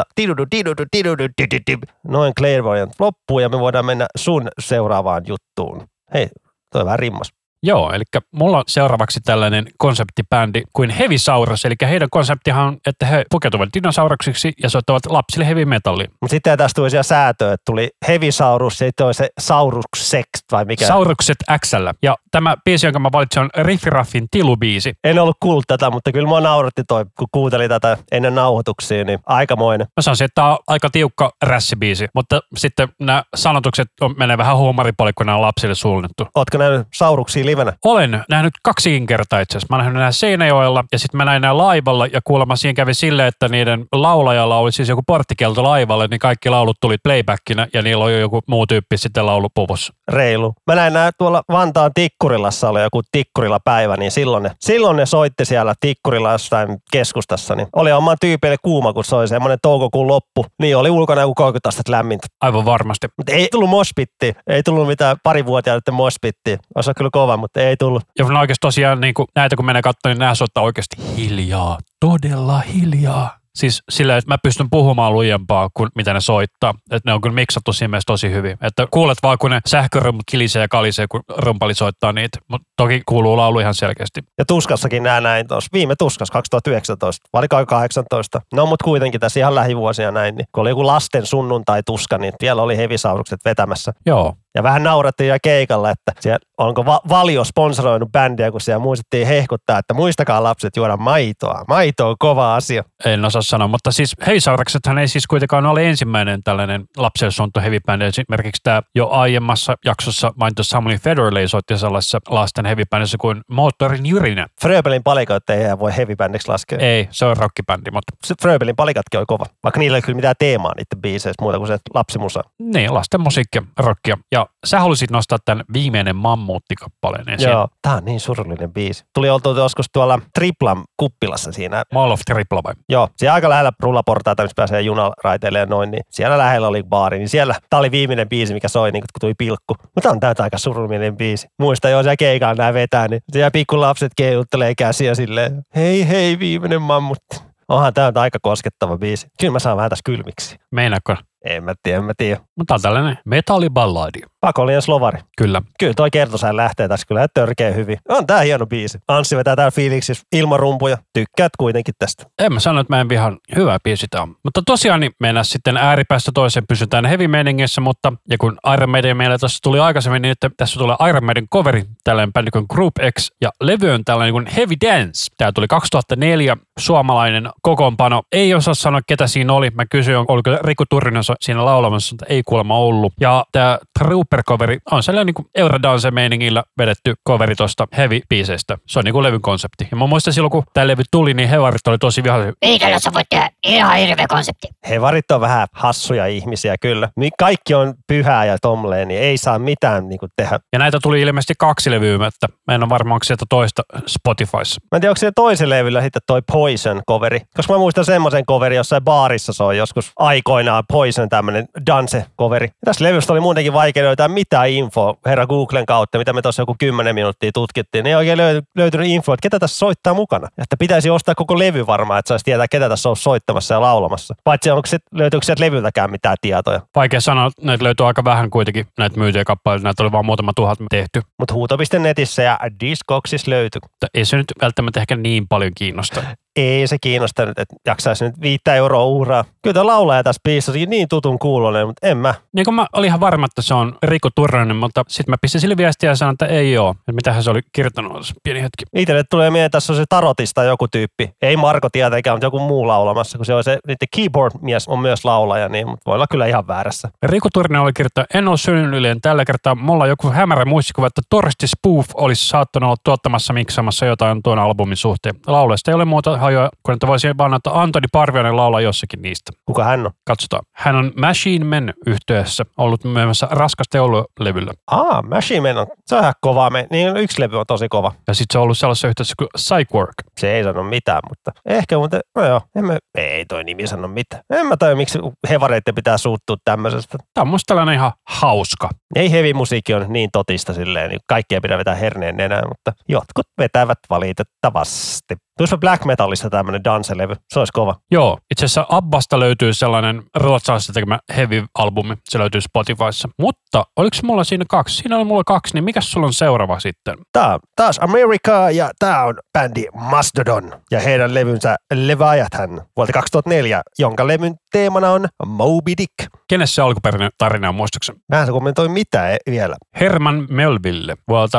noin Clairvoyant loppuu ja me voidaan mennä sun seuraavaan juttuun. Hei, toi vähän rimmas. Joo, eli mulla on seuraavaksi tällainen konseptibändi kuin Heavisaurus, eli heidän konseptihan on, että he pukeutuvat dinosauruksiksi ja soittavat lapsille heavy metallia. Mutta sitten tästä tuli siellä säätöä, että tuli Heavisaurus ja sitten oli se Sauruksex vai mikä? Saurukset XL. Ja tämä biisi, jonka mä valitsin, on Riff Raffin Tilu-biisi. En ollut kuullut tätä, mutta kyllä mua nauratti toi, kun kuuntelin tätä ennen nauhoituksia, niin aikamoinen. Mä sanoisin, että tämä on aika tiukka rässibiisi, mutta sitten nämä sanotukset menee vähän huumoripalikkoina lapsille suunnattu. Ootko nähnyt Sauruksia livenä? Olen nähnyt 2 kertaa itse asiassa. Mä oon nähnyt nää Seinäjoella ja sitten mä näin nää laivalla ja kuulemma siinä kävi silleen, että niiden laulajalla oli siis joku porttikielto laivalle, niin kaikki laulut tuli playbackinä ja niillä oli jo joku muu tyyppi sitten laulupuvussa. Reilu. Mä näin nää tuolla Vantaan Tikkurilassa oli joku Tikkurilapäivä, niin silloin ne soitti siellä Tikkurilla jossain keskustassa, niin oli oman tyypeille kuuma, kun se oli semmoinen toukokuun loppu, niin oli ulkona joku 30 astetta lämmintä. Aivan varmasti. Mutta ei tullut moshpittiä, ei tullut mitään parivuotiaiden moshpittiä. Osa kyllä kova, mutta ei tullut. Ja on oikeasti tosiaan niin kuin näitä kun menee katsomaan, niin nämä soittaa oikeasti hiljaa, todella hiljaa. Siis silleen, että mä pystyn puhumaan lujempaa kuin mitä ne soittaa. Että ne on kyllä miksattu siinä mielessä tosi hyvin. Että kuulet vaan, kun ne sähkörumput kilisee ja kalisee, kun rumpali soittaa niitä. Mutta toki kuuluu laulu ihan selkeästi. Ja Tuskassakin näin tuossa. Viime Tuskassa 2019. Vai 2018. No mutta kuitenkin tässä ihan lähivuosia näin. Niin, kun oli joku lasten sunnuntai-tuska, niin siellä oli Heavisaurukset vetämässä. Joo. Ja vähän naurattiin ja keikalla, että siellä, onko Valio sponsoroinut bändiä, kun siellä muistettiin hehkuttaa, että muistakaa lapset juoda maitoa. Maito on kova asia. En osaa sanoa, mutta siis Heavisauruksethan ei siis kuitenkaan ole ensimmäinen tällainen lapselle suunnattu heavy-bändi. Esimerkiksi tämä jo aiemmassa jaksossa mainittu Samuel Federley soitti sellaisessa lasten heavy-bändissä kuin Moottorin Jyrinä. Fröbelin palikoita ei voi heavy-bändiksi laskea. Ei, se on rockibändi, mutta... Fröbelin palikatkin oli kova, vaikka niillä ei kyllä mitään teemaa niiden biiseissä muuta kuin se lapsimusa. Niin, lasten musiikkia, rockia. Ja sä halusit nostaa tämän Viimeinen mammuuttikappaleen esiin. Joo, tää on niin surullinen biisi. Tuli oltu joskus tuolla Triplan kuppilassa siinä. Mall of Tripla vai? Joo, siellä aika lähellä rullaportaita, missä pääsee junaraiteille ja noin, niin siellä lähellä oli baari, niin siellä tää oli viimeinen biisi, mikä soi, niin kun tuli pilkku. Mutta on tää aika surullinen biisi. Muista jo siellä keikalla nää vetää, niin siellä pikkulapset keiluttelee käsiä silleen, hei, viimeinen mammutti. Onhan tää on aika koskettava biisi. Kyllä mä saan vähän tässä kylmiksi. Meinaatko? En mä tiedä. Mutta on tällainen metalliballadi. Pakollinen slovari. Kyllä. Kyllä toi kertosään lähtee tässä kyllä törkeä hyvin. On tää hieno biisi. Anssi vetää täällä fiiliksissä ilman rumpuja. Tykkäät kuitenkin tästä. En mä sano, että mä en vihan hyvä biisi tää on. Mutta tosiaan niin mennään sitten ääripäästä toiseen, pysytään heavy-meiningissä, mutta ja kun Iron Maiden meillä tuossa tuli aikaisemmin, niin että tässä tulee Iron Maiden coveri, tällainen bändi kuin Group X, ja levy on tällainen kuin Heavy Dance. Tää tuli 2004, suomalainen kokoonpano. Ei osaa sanoa, ketä siinä oli. Mä kysyin, oliko Riku Turinen siinä laulamassa, mutta ei kuulemma ollut. Ja tää Trooper-coveri on sellainen niin kuin Eurodance-meiningillä vedetty coveri tosta Heavy-biiseistä. Se on niin kuin levyn konsepti. Ja mä muistan silloin, kun tää levy tuli, niin hevarit oli tosi vihaisia. Meikällä sä voit tehdä ihan hirveä konsepti. Hevarit on vähän hassuja ihmisiä kyllä. Kaikki on pyhää ja tomleen, niin ei saa mitään niin kuin tehdä. Ja näitä tuli ilmeisesti 2 levyä, että mä en ole varma, onko sieltä toista Spotifyssa. Mä en tiedä, onko siellä toisen levyllä sitten toi Poison-coveri. Koska mä muistan semmoisen coveri, jossain baarissa se on joskus aikoinaan Poison tämmönen dance-coveri. Tässä levystä oli muutenkin vaikea löytää mitään infoa herra Googlen kautta, mitä me tuossa joku 10 minuuttia tutkittiin. Niin ei oikein löytynyt infoa, että ketä tässä soittaa mukana. Ja että pitäisi ostaa koko levy varmaan, että saisi tietää, ketä tässä on soittamassa ja laulamassa. Paitsi löytyykö sieltä levyltäkään mitään tietoja. Vaikea sanoa, näitä löytyy aika vähän kuitenkin, näitä myytyjä kappaleita. Näitä oli vaan muutama tuhat tehty. Mutta huuto.netissä ja Discogsissa löytyy. Ei se nyt välttämättä ehkä niin paljon kiinnosta. Ei se kiinnosta nyt, että jaksaisi nyt 5 euroa uhraa. Kyllä tämä laulaja tässä biisissä on niin tutun kuulonen, mutta en mä. Niin kuin mä olin ihan varma, että se on Riku Turronen, mutta sitten mä pistin sille viestiä ja sanoin, että ei oo. Että mitähän se oli kirjoittanut pieni hetki. Itselle tulee mieleen, että tässä on se Tarotista joku tyyppi. Ei Marko tietenkään, mutta joku muu laulamassa, kun se on se niiden keyboard-mies on myös laulaja, niin, mutta voi olla kyllä ihan väärässä. Riku Turronen oli kirjoittanut, en ole synnillinen tällä kertaa. Mulla on joku hämärä muistikuva, että Torsti Spoof olisi saattanut olla tuottamassa miksaamassa jotain tuon albumin suhteen. Laulesta ei ole muuta hajoa, kun että voisi vaan, että Antoni Parviainen laulaa jossakin niistä. Kuka hän on? Katsotaan. Hän on Machine Men -yhtyeessä ollut myöhemmässä Raskasta joululevyllä. Machine Men on. Se on ihan kova. Niin yksi levy on tosi kova. Ja sitten se on ollut sellaisessa yhteydessä kuin Psych Work. Se ei sano mitään, mutta ehkä muuten, no joo, ei toi nimi sano mitään. En mä tajua, miksi hevareiden pitää suuttua tämmöisestä. Tämä on musta tällainen ihan hauska. Ei heavy-musiikki on niin totista silleen, niin kaikkea pitää vetää herneen nenään, mutta jotkut vetävät valitettavasti. Tuossa Black Metalista tämmönen dance-levy, se olisi kova. Joo, itse asiassa Abbasta löytyy sellainen ruotsalaisesta tekemä heavy-albumi, se löytyy Spotifyssa. Mutta oliko mulla siinä 2? Siinä oli mulla 2, niin mikäs sulla on seuraava sitten? Tää on taas America ja tää on bändi Mastodon ja heidän levynsä Leviathan vuodelta 2004, jonka levyn teemana on Moby Dick. Kenes se alkuperäinen tarina on muistaakseni? Mä en kommentoi mitään vielä. Herman Melville vuodelta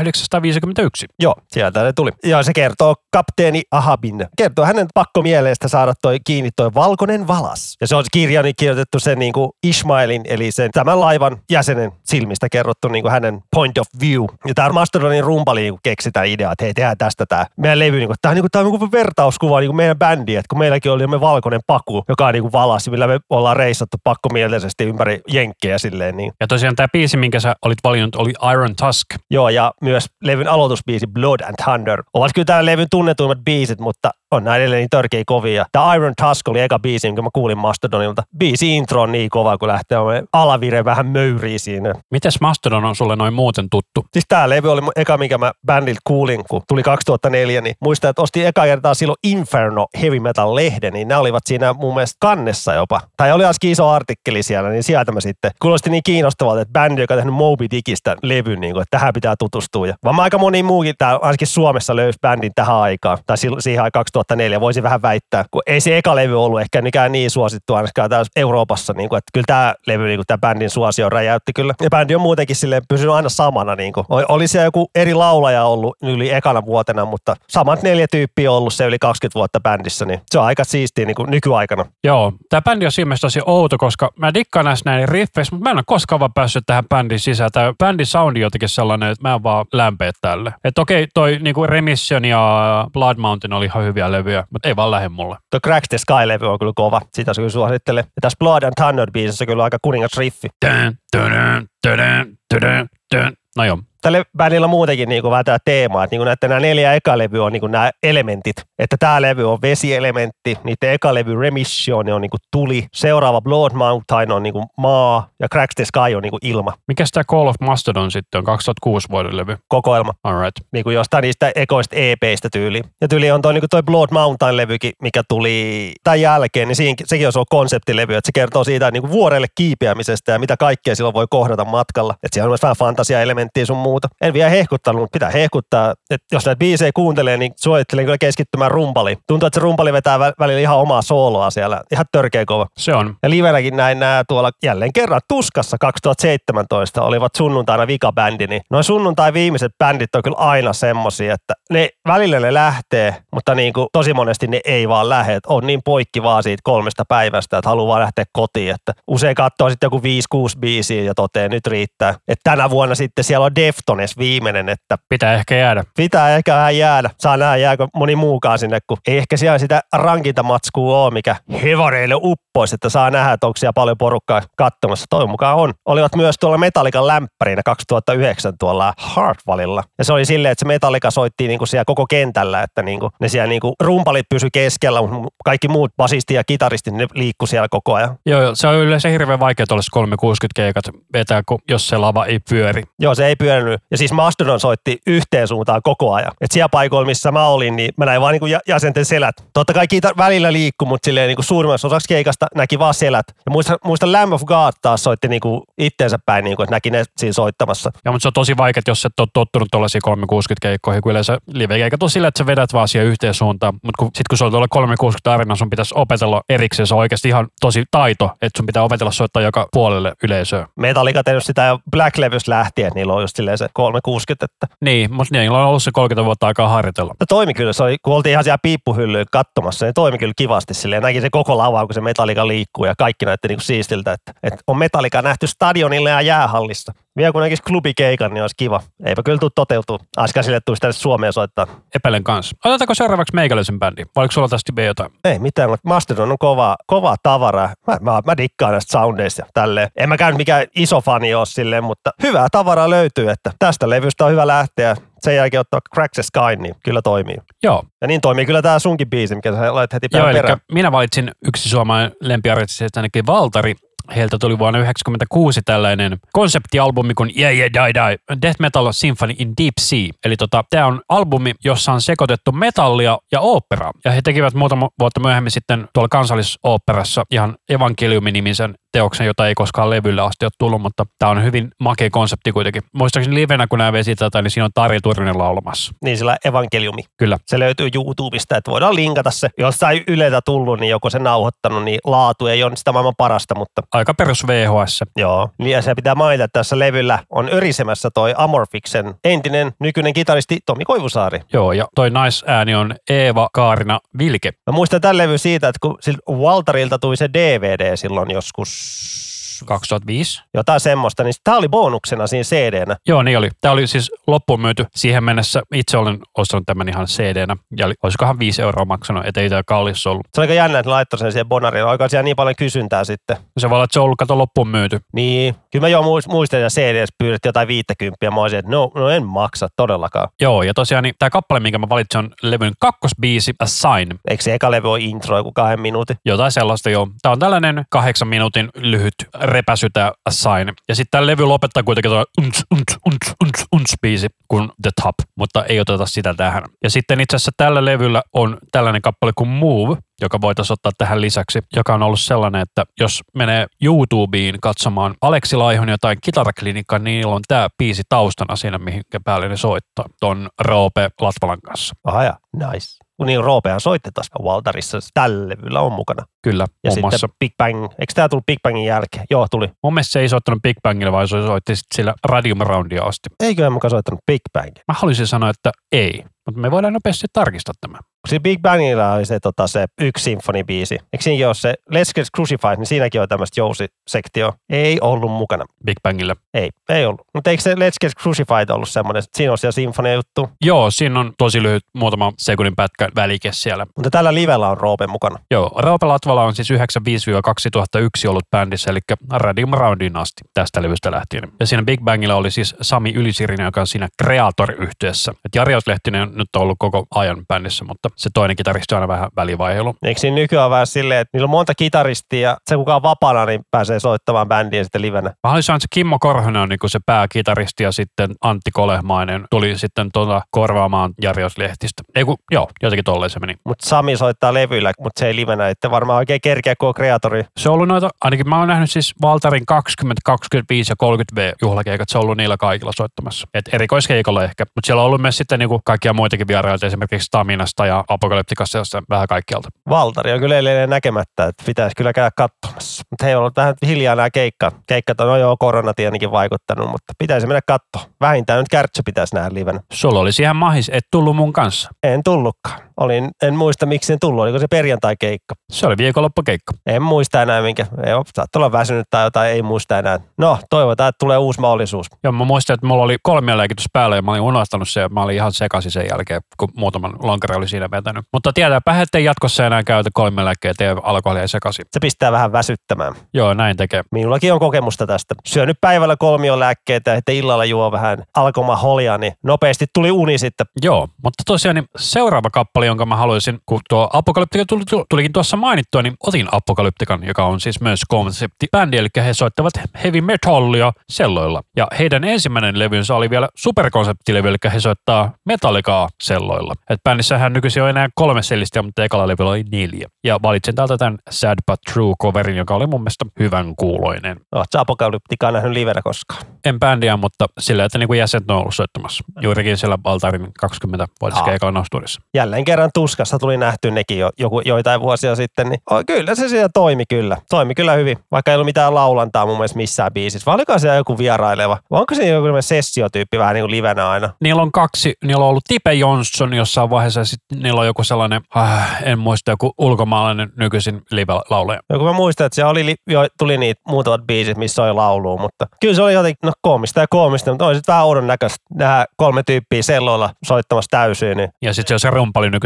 1851. Joo, sieltä ne tuli. Ja se kertoo kapteeni Ahabin. Kertoo hänen pakkomielestä saada kiinni toi valkoinen valas. Ja se on kirjani kirjoitettu sen niin kuin Ishmaelin, eli sen tämän laivan jäsenen silmistä kerrottu niin kuin hänen point of view. Ja tää Mastodonin rumpali niin keksi tämän idean, että hei, tehdään tästä tää meidän levy. Niin kuin, tää on niin kuin vertauskuva niin kuin meidän bändiä, että kun meilläkin oli me valkoinen paku, joka on niin kuin valas, millä me ollaan reissattu pakkomielisesti ympäri jenkkejä silleen. Niin. Ja tosiaan tämä biisi, minkä sä olit valinnut, oli Iron Tusk. Joo, ja myös levyn aloitusbiisi Blood and Thunder ovat kyllä tämän levyn tunnetuimmat biisit, mutta on nämä edelleen niin törkeä kovia. Tämä Iron Tusk oli eka biisi, minkä mä kuulin Mastodonilta. Biisi intro on niin kova, kun lähtee alavire vähän möyriä siinä. Mites Mastodon on sulle noin muuten tuttu? Siis tää levy oli eka, minkä mä bändiltä kuulin, kun tuli 2004, niin muistan, että ostin eka kertaa silloin Inferno Heavy Metal-lehden, niin nämä olivat siinä mun mielestä kannessa jopa. Tai oli ainakin iso artikkeli siellä, niin sieltä mä sitten kuulosti niin kiinnostavalta, että bändi, joka on tehnyt Moby Dickistä levyn, niin kuin, että tähän pitää tutustua. Ja vaan aika moni muukin tää ainakin Suomessa löysi bändin tähän aikaan, tai siihen aikaan 2004, voisi vähän väittää, kun ei se eka levy ollut ehkä mikään niin suosittu ainakaan täällä Euroopassa, niin kuin, että kyllä tämä levy, niin kuin, tämä bändin suosio räjäytti kyllä. Ja bändi on muutenkin silleen pysynyt aina samana, niin kuin. Oli siellä joku eri laulaja ollut yli ekana vuotena, mutta samat 4 tyyppiä ollut se yli 20 vuotta bändissä, niin se on aika siistiä niin kuin nykyaikana. Joo, tämä bändi on siinä tosi outo, koska mä dikkaan näin riffeissä, mutta mä en ole koskaan vaan päässyt tähän bändin sisään. Tämä bändin soundi jotenkin sellainen, että mä en vaan lämpeä tälle. Että okei, toi niinku Remission ja Blood Mountain oli ihan hyviä levyjä, mutta ei vaan lähde mulle. Tuo Crack the Sky-levy on kyllä kova. Sitä se kyllä suosittelen. Ja tässä Blood and Thunder-biisissä kyllä aika kuningas riffi. No joo. Tälle bändillä muutenkin niin vähän tämä teema, että, niin että nämä 4 eka levy on niin nämä elementit. Että tämä levy on vesielementti, niiden eka levy Remission on niin tuli, seuraava Blood Mountain on niin maa ja Crack the Sky on niin ilma. Mikäs tämä Call of Mastodon sitten on 2006 vuoden levy? Kokoelma. Alright. Niin kuin jostain niistä ekoista EPistä tyyliin. Ja tyyli on toi Blood Mountain-levykin, mikä tuli tämän jälkeen, niin sekin on konseptilevy, että se kertoo siitä niin vuorelle kiipeämisestä ja mitä kaikkea silloin voi kohdata matkalla. Että siellä on myös vähän fantasiaelementtiä sun muuta. En vielä hehkuttanut, mutta pitää hehkuttaa. Että jos näitä biisejä kuuntelee, niin suosittelen kyllä keskittymään rumpaliin. Tuntuu, että se rumpali vetää välillä ihan omaa sooloa siellä. Ihan törkeä kova. Se on. Ja livenäkin näin nää tuolla jälleen kerran Tuskassa 2017 olivat sunnuntaina vikabändi. Niin noin sunnuntai viimeiset bändit on kyllä aina semmosia, että ne välillä ne lähtee, mutta niin kuin tosi monesti ne ei vaan lähde. On niin poikki vaan siitä 3 päivästä, että haluaa vaan lähteä kotiin. Että usein katsoo sitten joku 5-6 biisiä ja toteaa, nyt riittää. Että tänä vuonna sitten siellä on Deftones viimeinen, että pitää ehkä jäädä. Pitää ehkä vähän jäädä. Saa nähdä jääkö moni muukaan sinne, kun ei ehkä siellä sitä rankintamatskua ole, mikä hevareille uppoisi, että saa nähdä, että onko siellä paljon porukkaa katsomassa. Toivon mukaan on. Olivat myös tuolla Metallican lämpärinä 2009 tuolla Hartwallilla. Ja se oli silleen, että se Metallica soitti niinku siellä koko kentällä, että niinku, ne siellä niinku rumpalit pysy keskellä, mutta kaikki muut basisti ja kitaristi, ne liikku siellä koko ajan. Joo, se on yleensä hirveän vaikea tuollaisessa 360 keikat vetää, jos se lava ei pyöri. Joo, se ei pyörinyt. Ja siis Mastodon soitti yhteen suuntaan koko ajan. Et siellä paikoilla, missä mä olin, niin mä näin vaan niinku jäsenten selät. Totta kai välillä liikkui, mutta silleen niinku suurimmassa osaksi keikasta näki vaan selät. Ja muistan Lamb of God taas soitti niinku itteensä päin, niinku, että näki ne siinä soittamassa. Ja mutta se on tosi vaikea, jos et ole tottunut tuollaisiin 360 keikkoihin, kun yleensä live-keikat on sillä, että sä vedät vaan siihen yhteen suuntaan. Mutta kun se on tuolla 360 arena, sun pitäisi opetella erikseen. Se on oikeasti ihan tosi taito, että sun pitää opetella soittaa joka puolelle yleisöä. Metallica tehnyt sitä jo Black Levystä lähtien, että niillä on just silleen se 360. Että. Niin, mutta niillä on ollut se 30 vuotta aikaa harjoitella. Se toimi kyllä, se oli, kun oltiin ihan siellä piippuhyllyyn katsomassa, niin toimi kyllä kivasti silleen. Näki se koko lava, kun se Metallica liikkuu ja kaikki näytti niinku siistiltä, että on Metallica nähty stadionilla ja jäähallissa. Vielä kun näkisi klubikeikan, niin olisi kiva. Eipä kyllä tule toteutua. Aiskaan sille tulisi tänne Suomeen soittaa. Epäilen kanssa. Otetaanko seuraavaksi meikäläisen bändi? Vai oliko sulla tästä jotain? Ei mitään, mutta Mastodon on kovaa tavaraa. Mä dikkaan näistä soundeista ja tälleen. En mä käynyt mikään iso fani ole silleen, mutta hyvää tavaraa löytyy, että tästä levystä on hyvä lähteä. sen jälkeen ottaa Crack the Sky, niin kyllä toimii. Joo. Ja niin toimii kyllä tää sunkin biisi, mikä sä lait heti Joo, eli perään. minä valitsin yksi suomalainen lempiartisti, ainakin Valtari. Heiltä tuli vuonna 1996 tällainen konseptialbumi kuin Yeah Yeah Die Die, Death Metal Symphony in Deep Sea. Eli tämä on albumi, jossa on sekoitettu metallia ja oopperaa. Ja he tekivät muutama vuotta myöhemmin sitten tuolla Kansallisoopperassa ihan Evankeliumi-nimisen teoksen, jota ei koskaan levylle asti ole tullut, mutta tämä on hyvin makea konsepti kuitenkin. Muistaakseni livenä, kun nämä vesi tätä, niin siinä on Tarja Turunen laulamassa. Niin sillä Evankeliumi. Kyllä. Se löytyy YouTubesta, että voidaan linkata se. Jos ei Yleltä tullut, niin joku se nauhoittanut, niin laatu ei ole sitä maailman parasta, mutta Aika perus VHS. joo. Ja se pitää mainita, että tässä levyllä on örisemässä toi Amorphiksen entinen nykyinen kitaristi Tomi Koivusaari. Joo, ja toi naisääni on Eeva Kaarina Vilke. Mä muistan tämän levyn siitä, että kun Waltarilta tuli se DVD silloin joskus 2005. jotain semmoista, niin tämä oli bonuksena siinä CD-nä. Joo, niin oli. Tämä oli siis loppuun myyty siihen mennessä. Itse olen ostanut tämän ihan CD-nä. Ja olisikohan 5 euroa maksanut, ettei tämä kallis ollut. Se oli aika jännä, että laittoi sen siihen Bonariin. Oliko siellä niin paljon kysyntää sitten? Se voi olla, että se on ollut kato loppuun myyty. Niin. Kyllä mä jo muistan, että CD:ssä pyydettiin jotain 50. Mä olisin, että no en maksa todellakaan. Joo, ja tosiaan niin tämä kappale, minkä mä valitsin, on levyn kakkosbiisi A Sign. Eikö se eka levy ole intro joku 2 minuutin? Jotain sellaista, joo. Tämä on tällainen 8 minuutin lyhyt repäsy, tämä A Sign. Ja sitten tämä levy lopettaa kuitenkin tuo uns biisi kuin The Top, mutta ei oteta sitä tähän. Ja sitten itse asiassa tällä levyllä on tällainen kappale kuin Move, joka voitaisiin ottaa tähän lisäksi, joka on ollut sellainen, että jos menee YouTubeen katsomaan Aleksi Laihon jotain kitaraklinikkaa, niin niillä on tämä biisi taustana siinä, mihinkä päälle ne soittaa. Ton Roope Latvalan kanssa. Aha ja, nice. Niin Roopehan soitti taas Waltarissa, tällä levyllä on mukana. Kyllä, Ja muun muassa. sitten Big Bang, eikö tämä tullut Big Bangin jälkeen? Joo, tuli. Mun mielestä se ei soittanut Big Bangille, vaan se soitti sitten sillä Radium Roundia asti. Eiköhän mukaan soittanut Big Bang. Mä haluaisin sanoa, että ei, mutta me voidaan nopeasti tarkistaa tämä. Siinä Big Bangilla oli se yksi symfonibiisi. Eikö siinäkin ole se Let's Get Crucified, niin siinäkin on tämmöistä jousisektio. Ei ollut mukana. Big Bangille. Ei ollut. Mutta eikö se Let's Get Crucified ollut semmoinen, että siinä on siellä sinfonia juttu? Joo, siinä on tosi lyhyt muutama sekunnin pätkä välike siellä. Mutta tällä livellä on Roope mukana. Joo, Roope Latvala on siis 95-2001 ollut bändissä, eli Radium Roundin asti tästä levystä lähtien. Ja siinä Big Bangilla oli siis Sami Ylisirinen, joka on siinä Creator-yhtyeessä. Et Jari Lehtinen nyt on ollut koko ajan bändissä, mutta se toinen kitaristi on aina vähän välivaihelu. Eikö siinä nykyään vähän silleen, että niillä on monta kitaristia ja se kuka on vapaana, niin pääsee soittamaan bändiä sitten livenä. Mä haluaisin sanoa, että se Kimmo Korhonen on niinku se pääkitaristi ja sitten Antti Kolehmainen tuli sitten korvaamaan Jari Lehtistä. Joo, jotenkin tolleen se meni. Mutta Sami soittaa levyillä, mutta se ei livenä, että varmaan oikein kerkeä kuin kreatori. Se on ollut noita, ainakin mä oon nähnyt siis Valtarin 20, 25 ja 30V juhlakeikat, se on ollut niillä kaikilla soittamassa. Et erikoiskeikolla ehkä, mutta siellä on ollut myös sitten niinku kaikkia muitakin vierailijoita, esimerkiksi Staminasta ja Apokalyptikasta ja vähän kaikkialta. Valtari on kyllä edelleen näkemättä, että pitäisi kyllä käydä katsomassa. Mutta he on ollut vähän hiljaa nämä keikkat on joo korona tietenkin vaikuttanut, mutta pitäisi mennä katsoa. Vähintään nyt Kärtsö pitäisi nähdä livenä. Sulla oli siihen mahis, et tullut mun kanssa. En tullutkaan. En muista miksi en tullut. Oliko se perjantai-keikka? Se oli viikonloppukeikka. En muista enää minkä. Saattaa olla väsynyt tai jotain, ei muista enää. No, toivotaan, että tulee uusi mahdollisuus. Joo, mä muistan, että mulla oli 3 lääkitys päällä ja mä olin unohtanut sen ja mä olin ihan sekaisin sen jälkeen, kun muutaman lonkari oli siinä vetänyt. Mutta tietääpä, ettei jatkossa enää käytä 3 lääkkeitä ja alkoholia sekaisin. Se pistää vähän väsyttämään. Joo, näin tekee. Minullakin on kokemusta tästä. Syönyt päivällä 3 lääkkeitä ja illalla juo vähän alkomaholia, niin nopeasti tuli uni sitten. Joo, mutta tosiaan niin seuraava kappale, jonka mä haluaisin, kun tuo Apokalyptika tulikin tuossa mainittua, niin otin Apokalyptikan, joka on siis myös konseptibändi, eli he soittavat heavy metallia selloilla. Ja heidän ensimmäinen levynsä oli vielä superkonseptilevy, eli he soittaa metallikaa selloilla. Et bändissähän nykyisin on enää 3 sellistiä, mutta ekalla levyllä oli 4. Ja valitsin täältä tämän Sad But True coverin, joka oli mun mielestä hyvän kuuloinen. Oletko Apokalyptikaa nähnyt livenä koskaan? En bändiä, mutta sillä, että niin kuin jäsenet on ollut soittamassa. Juurikin siellä Valtarin 20-vuotiskeikalla Noustuudessa. Jälleen kerran Tuskassa tuli nähty nekin joitain vuosia sitten, niin kyllä se siellä toimi kyllä. Toimi kyllä hyvin, vaikka ei ollut mitään laulantaa mun mielestä missään biisissä. Vai oliko siellä joku vieraileva? Vai onko se joku sessiotyyppi vähän niin kuin livenä aina? Niillä on 2, niillä on ollut Tipe Jonsson jossain vaiheessa ja sitten niillä on joku sellainen, en muista, joku ulkomaalainen nykyisin live-laulaja. Joku mä muistan, että siellä tuli niitä muutamat biisit, missä oli laulua, mutta kyllä se oli jotenkin koomista, mutta on sitten vähän oudon näköistä nähdä 3 tyyppiä selloilla soittamassa täysin. Niin. Ja sitten se rumpali nykyisin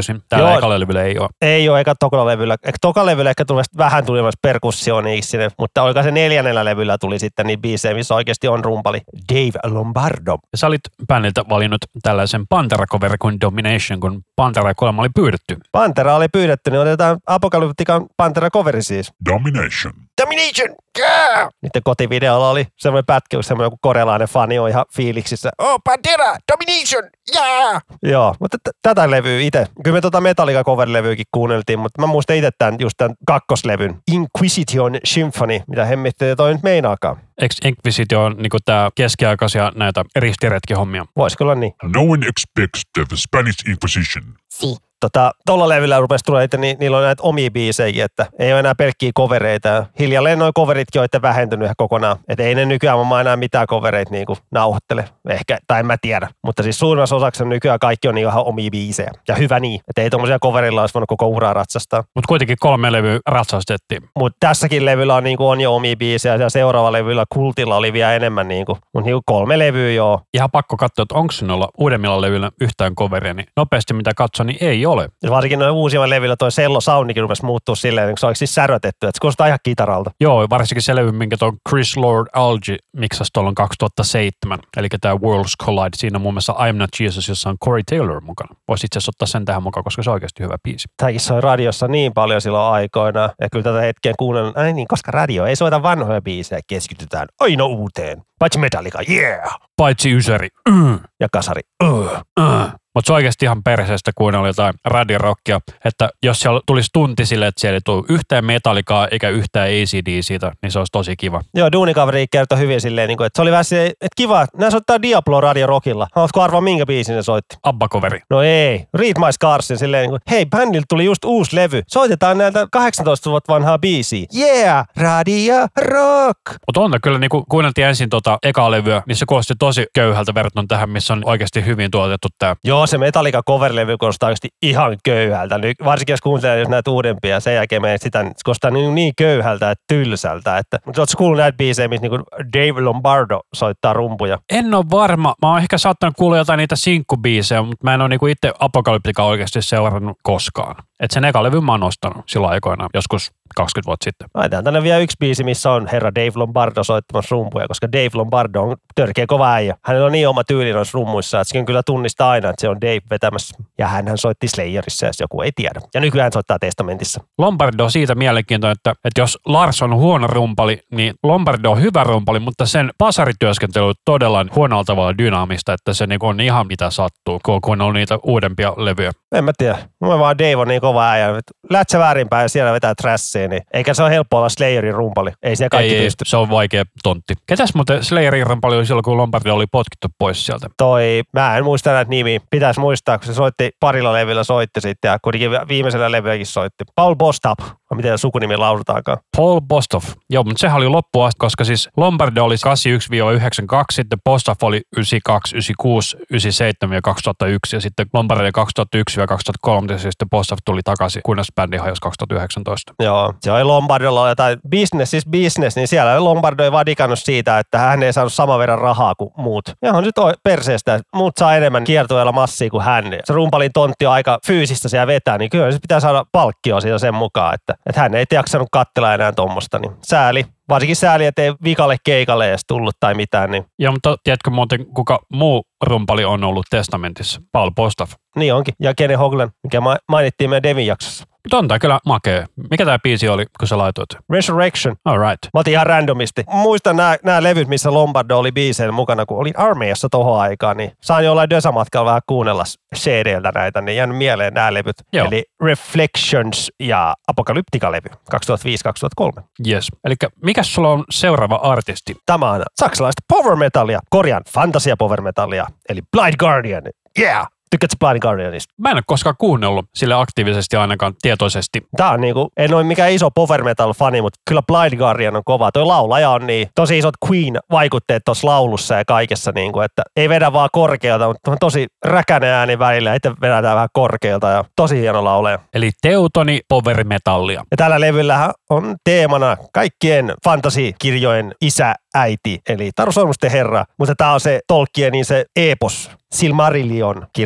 nykyisin. Täällä ekalla levyllä ei ole. Ei ole eka tokalla levyllä. Toka levyllä ehkä vähän tuli myös perkussionia sinne, mutta oliko se 4. levyllä tuli sitten niin biisejä, missä oikeasti on rumpali Dave Lombardo. Ja sä olit bändiltä valinnut tällaisen Pantera-coverin kuin Domination, kun Pantera kuulemma oli pyydetty. Pantera oli pyydetty, niin otetaan Apocalyptican Pantera-coveri siis. Domination. Domination! Yeah! Niiden kotivideolla oli semmoinen pätkä, kun semmoinen joku korealainen fani on ihan fiiliksissä. Oh, Pantera! Domination! Yeah! Joo, mutta tätä levyä itse. Kyllä me Metallica cover-levyykin kuunneltiin, mutta mä muistan itse tämän kakkoslevyn. Inquisition Symphony, mitä hemmittiä toi nyt meinaakaan. Eikö Inquisition on niinku tää keskiaikaisia näitä ristiretkihommia? Voisiko olla niin? No one expects the Spanish Inquisition. Si. Tuolla levyllä rupesi tulla, että niillä on näitä omia biisejä, että ei ole enää pelkkiä covereita. Hiljalleen nuo coveritkin on vähentynyt ihan kokonaan. Että ei ne nykyään enää mitään covereita niinku nauhoittele. Ehkä, tai en mä tiedä. Mutta siis suurimmassa osaksi nykyään kaikki on ihan omia biisejä. Ja hyvä niin. Että ei tommosia coverilla olisi voinut koko uraa ratsastaa. Mutta kuitenkin 3 levyä ratsastettiin. Mutta tässäkin levyllä on jo omia biisejä. Ja seuraava levyllä Kultilla oli vielä enemmän niinku. Mutta niinku 3 levyä joo. Ihan pakko katsoa, että onko sinulla uudemmilla levyillä yhtään coveria. Niin nopeasti mitä katsoin, niin ei ole. Ja varsinkin noin uusimman levyllä toi sello-soundikin rupesi muuttua silleen, että se olisi siis särötetty, että se kuulostaa ihan kitaralta. Joo, varsinkin se levy, minkä tuon Chris Lord Alge miksasi tuolloin 2007. Eli tämä Worlds Collide. Siinä on muun muassa I'm Not Jesus, jossa on Corey Taylor mukana. Voisi itse asiassa ottaa sen tähän mukaan, koska se on oikeasti hyvä biisi. Tämäkin soi radiossa niin paljon silloin aikoina. Ja kyllä tätä hetken kuunnellaan, koska radio ei soita vanhoja biisejä, keskitytään aina uuteen. Paitsi Metallica, yeah! Paitsi Ysäri. Ja Kasari, Mutta se on oikeasti ihan perseestä kuunnella jotain radiorockia, että jos siellä tulisi tunti sille, että siellä ei tule yhtään Metallicaa eikä yhtään AC/DC:tä, niin se olisi tosi kiva. Joo, duunikaveri kertoi hyvin silleen, että se oli vähän se, että kiva, nämä soittaa Diablo radiorockilla. Haluatko arvaa, minkä biisin ne soitti? ABBA-coveri. No ei, Read My Scarsin silleen, hei, bändiltä tuli just uusi levy. Soitetaan näiltä 18 vuotta vanhaa biisiä. Yeah, radio rock! Mutta on kyllä, niin kun kuunneltiin ensin ekaa levyä, niin se kuulosti tosi köyhältä verrattuna tähän, missä on oikeasti hyvin tuotettu tämä. Joo, se Metallica cover-levy kuulostaa oikeasti ihan köyhältä. Varsinkin jos kuuntelee näitä uudempia, sen jälkeen menet sitä, se kuulostaa niin köyhältä ja tylsältä. Mutta ootko kuullut näitä biisejä, missä niin Dave Lombardo soittaa rumpuja? En ole varma. Mä oon ehkä saattanut kuulla jotain niitä sinkkubiisejä, mutta mä en ole niin itse Apocalyptica oikeasti seurannut koskaan. Että sen eka levy mä oon ostanut silloin aikoinaan, joskus 20 vuotta sitten. Laitetaan tänne vielä yksi biisi, missä on herra Dave Lombardo soittamassa rumpuja, koska Dave Lombardo on törkeä kova äijä. Hänellä on niin oma tyyli noissa rummuissa, että sen kyllä tunnistaa aina, että se on Dave vetämässä. Ja hän soitti Slayerissa, jos joku ei tiedä. Ja nykyään hän soittaa Testamentissa. Lombardo on siitä mielenkiintoinen, että jos Lars on huono rumpali, niin Lombardo on hyvä rumpali, mutta sen pasarityöskentely on todella huonolla tavalla dynaamista, että se on ihan mitä sattuu, kun on niitä uudempia levyjä. En mä tiedä. Mun vaan Dave on niin kova äijä. Lätsä väärinpäin ja siellä vetää trashia, niin eikä se ole helppoa olla Slayerin rumpali. Ei siellä kaikki pysty. Se on vaikea tontti. Ketäs muuten Slayerin rumpali oli silloin, kun Lombardo oli potkittu pois sieltä? Mä en muista näitä nimiä. Pitäisi muistaa, kun se soitti parilla levyllä soitti sitten ja kuitenkin viimeisellä levylläkin soitti. Paul Bostap. Miten sukunimi lausutaankaan? Paul Bostaph. Joo, mutta sehän oli loppuun asti, koska siis Lombardo oli 81-92, sitten Bostaph oli 92, 96, 97 ja 2001 ja sitten Lombardo 2001-2003 ja sitten Bostaph tuli takaisin, kunnes bändi hajosi 2019. Joo, se oli Lombardolla jotain business is business, niin siellä Lombardo ei vaan digannut siitä, että hän ei saanut saman verran rahaa kuin muut. Ja on nyt perseestä, että muut saa enemmän kiertueella massia kuin hän. Se rumpalin tontti on aika fyysistä siellä vetää, niin kyllä se pitää saada palkkio siitä sen mukaan, että hän ei jaksanut katsella enää tuommoista, niin sääli. Varsinkin sääli, että ei vikalle keikalle edes tullut tai mitään. Niin. Ja mutta tiedätkö muuten, kuka muu rumpali on ollut Testamentissa? Paul Bostaph. Niin onkin. Ja Kenny Hoglan, mikä mainittiin meidän Devin jaksossa. Mutta on tää kyllä makea. Mikä tää biisi oli, kun sä laitoit? Resurrection. All right. Mä otin ihan randomisti. Muistan nämä levyt, missä Lombardo oli biiseen mukana, kun olin armeijassa tohon aikaan, niin saan jollain Dösa-matkalla vähän kuunnella CD-ltä näitä, niin jäänyt mieleen nämä levyt. Joo. Eli Reflections ja Apocalyptica-levy 2005-2003. Yes. Eli mikäs sulla on seuraava artisti? Tämä on saksalaista power metallia, fantasia power metallia, eli Blind Guardian. Yeah! Tykkäätkö Blind Guardianista? Mä en ole koskaan kuunnellut sille aktiivisesti ainakaan tietoisesti. Tää on niinku, en ole mikään iso power metal fani, mutta kyllä Blind Guardian on kova. Toi laulaja on niin tosi isot Queen-vaikutteet tuossa laulussa ja kaikessa, niinku, että ei vedä vaan korkealta, mutta on tosi räkäinen ääni välillä ja itse vedetään vähän korkealta ja tosi hieno laulaja. Eli Teutoni power metallia. Ja tällä levyllähän on teemana kaikkien fantasikirjojen isä, äiti, eli Taru Sormusten herra, mutta tää on se Tolkienin se epos, Silmarillion kirja.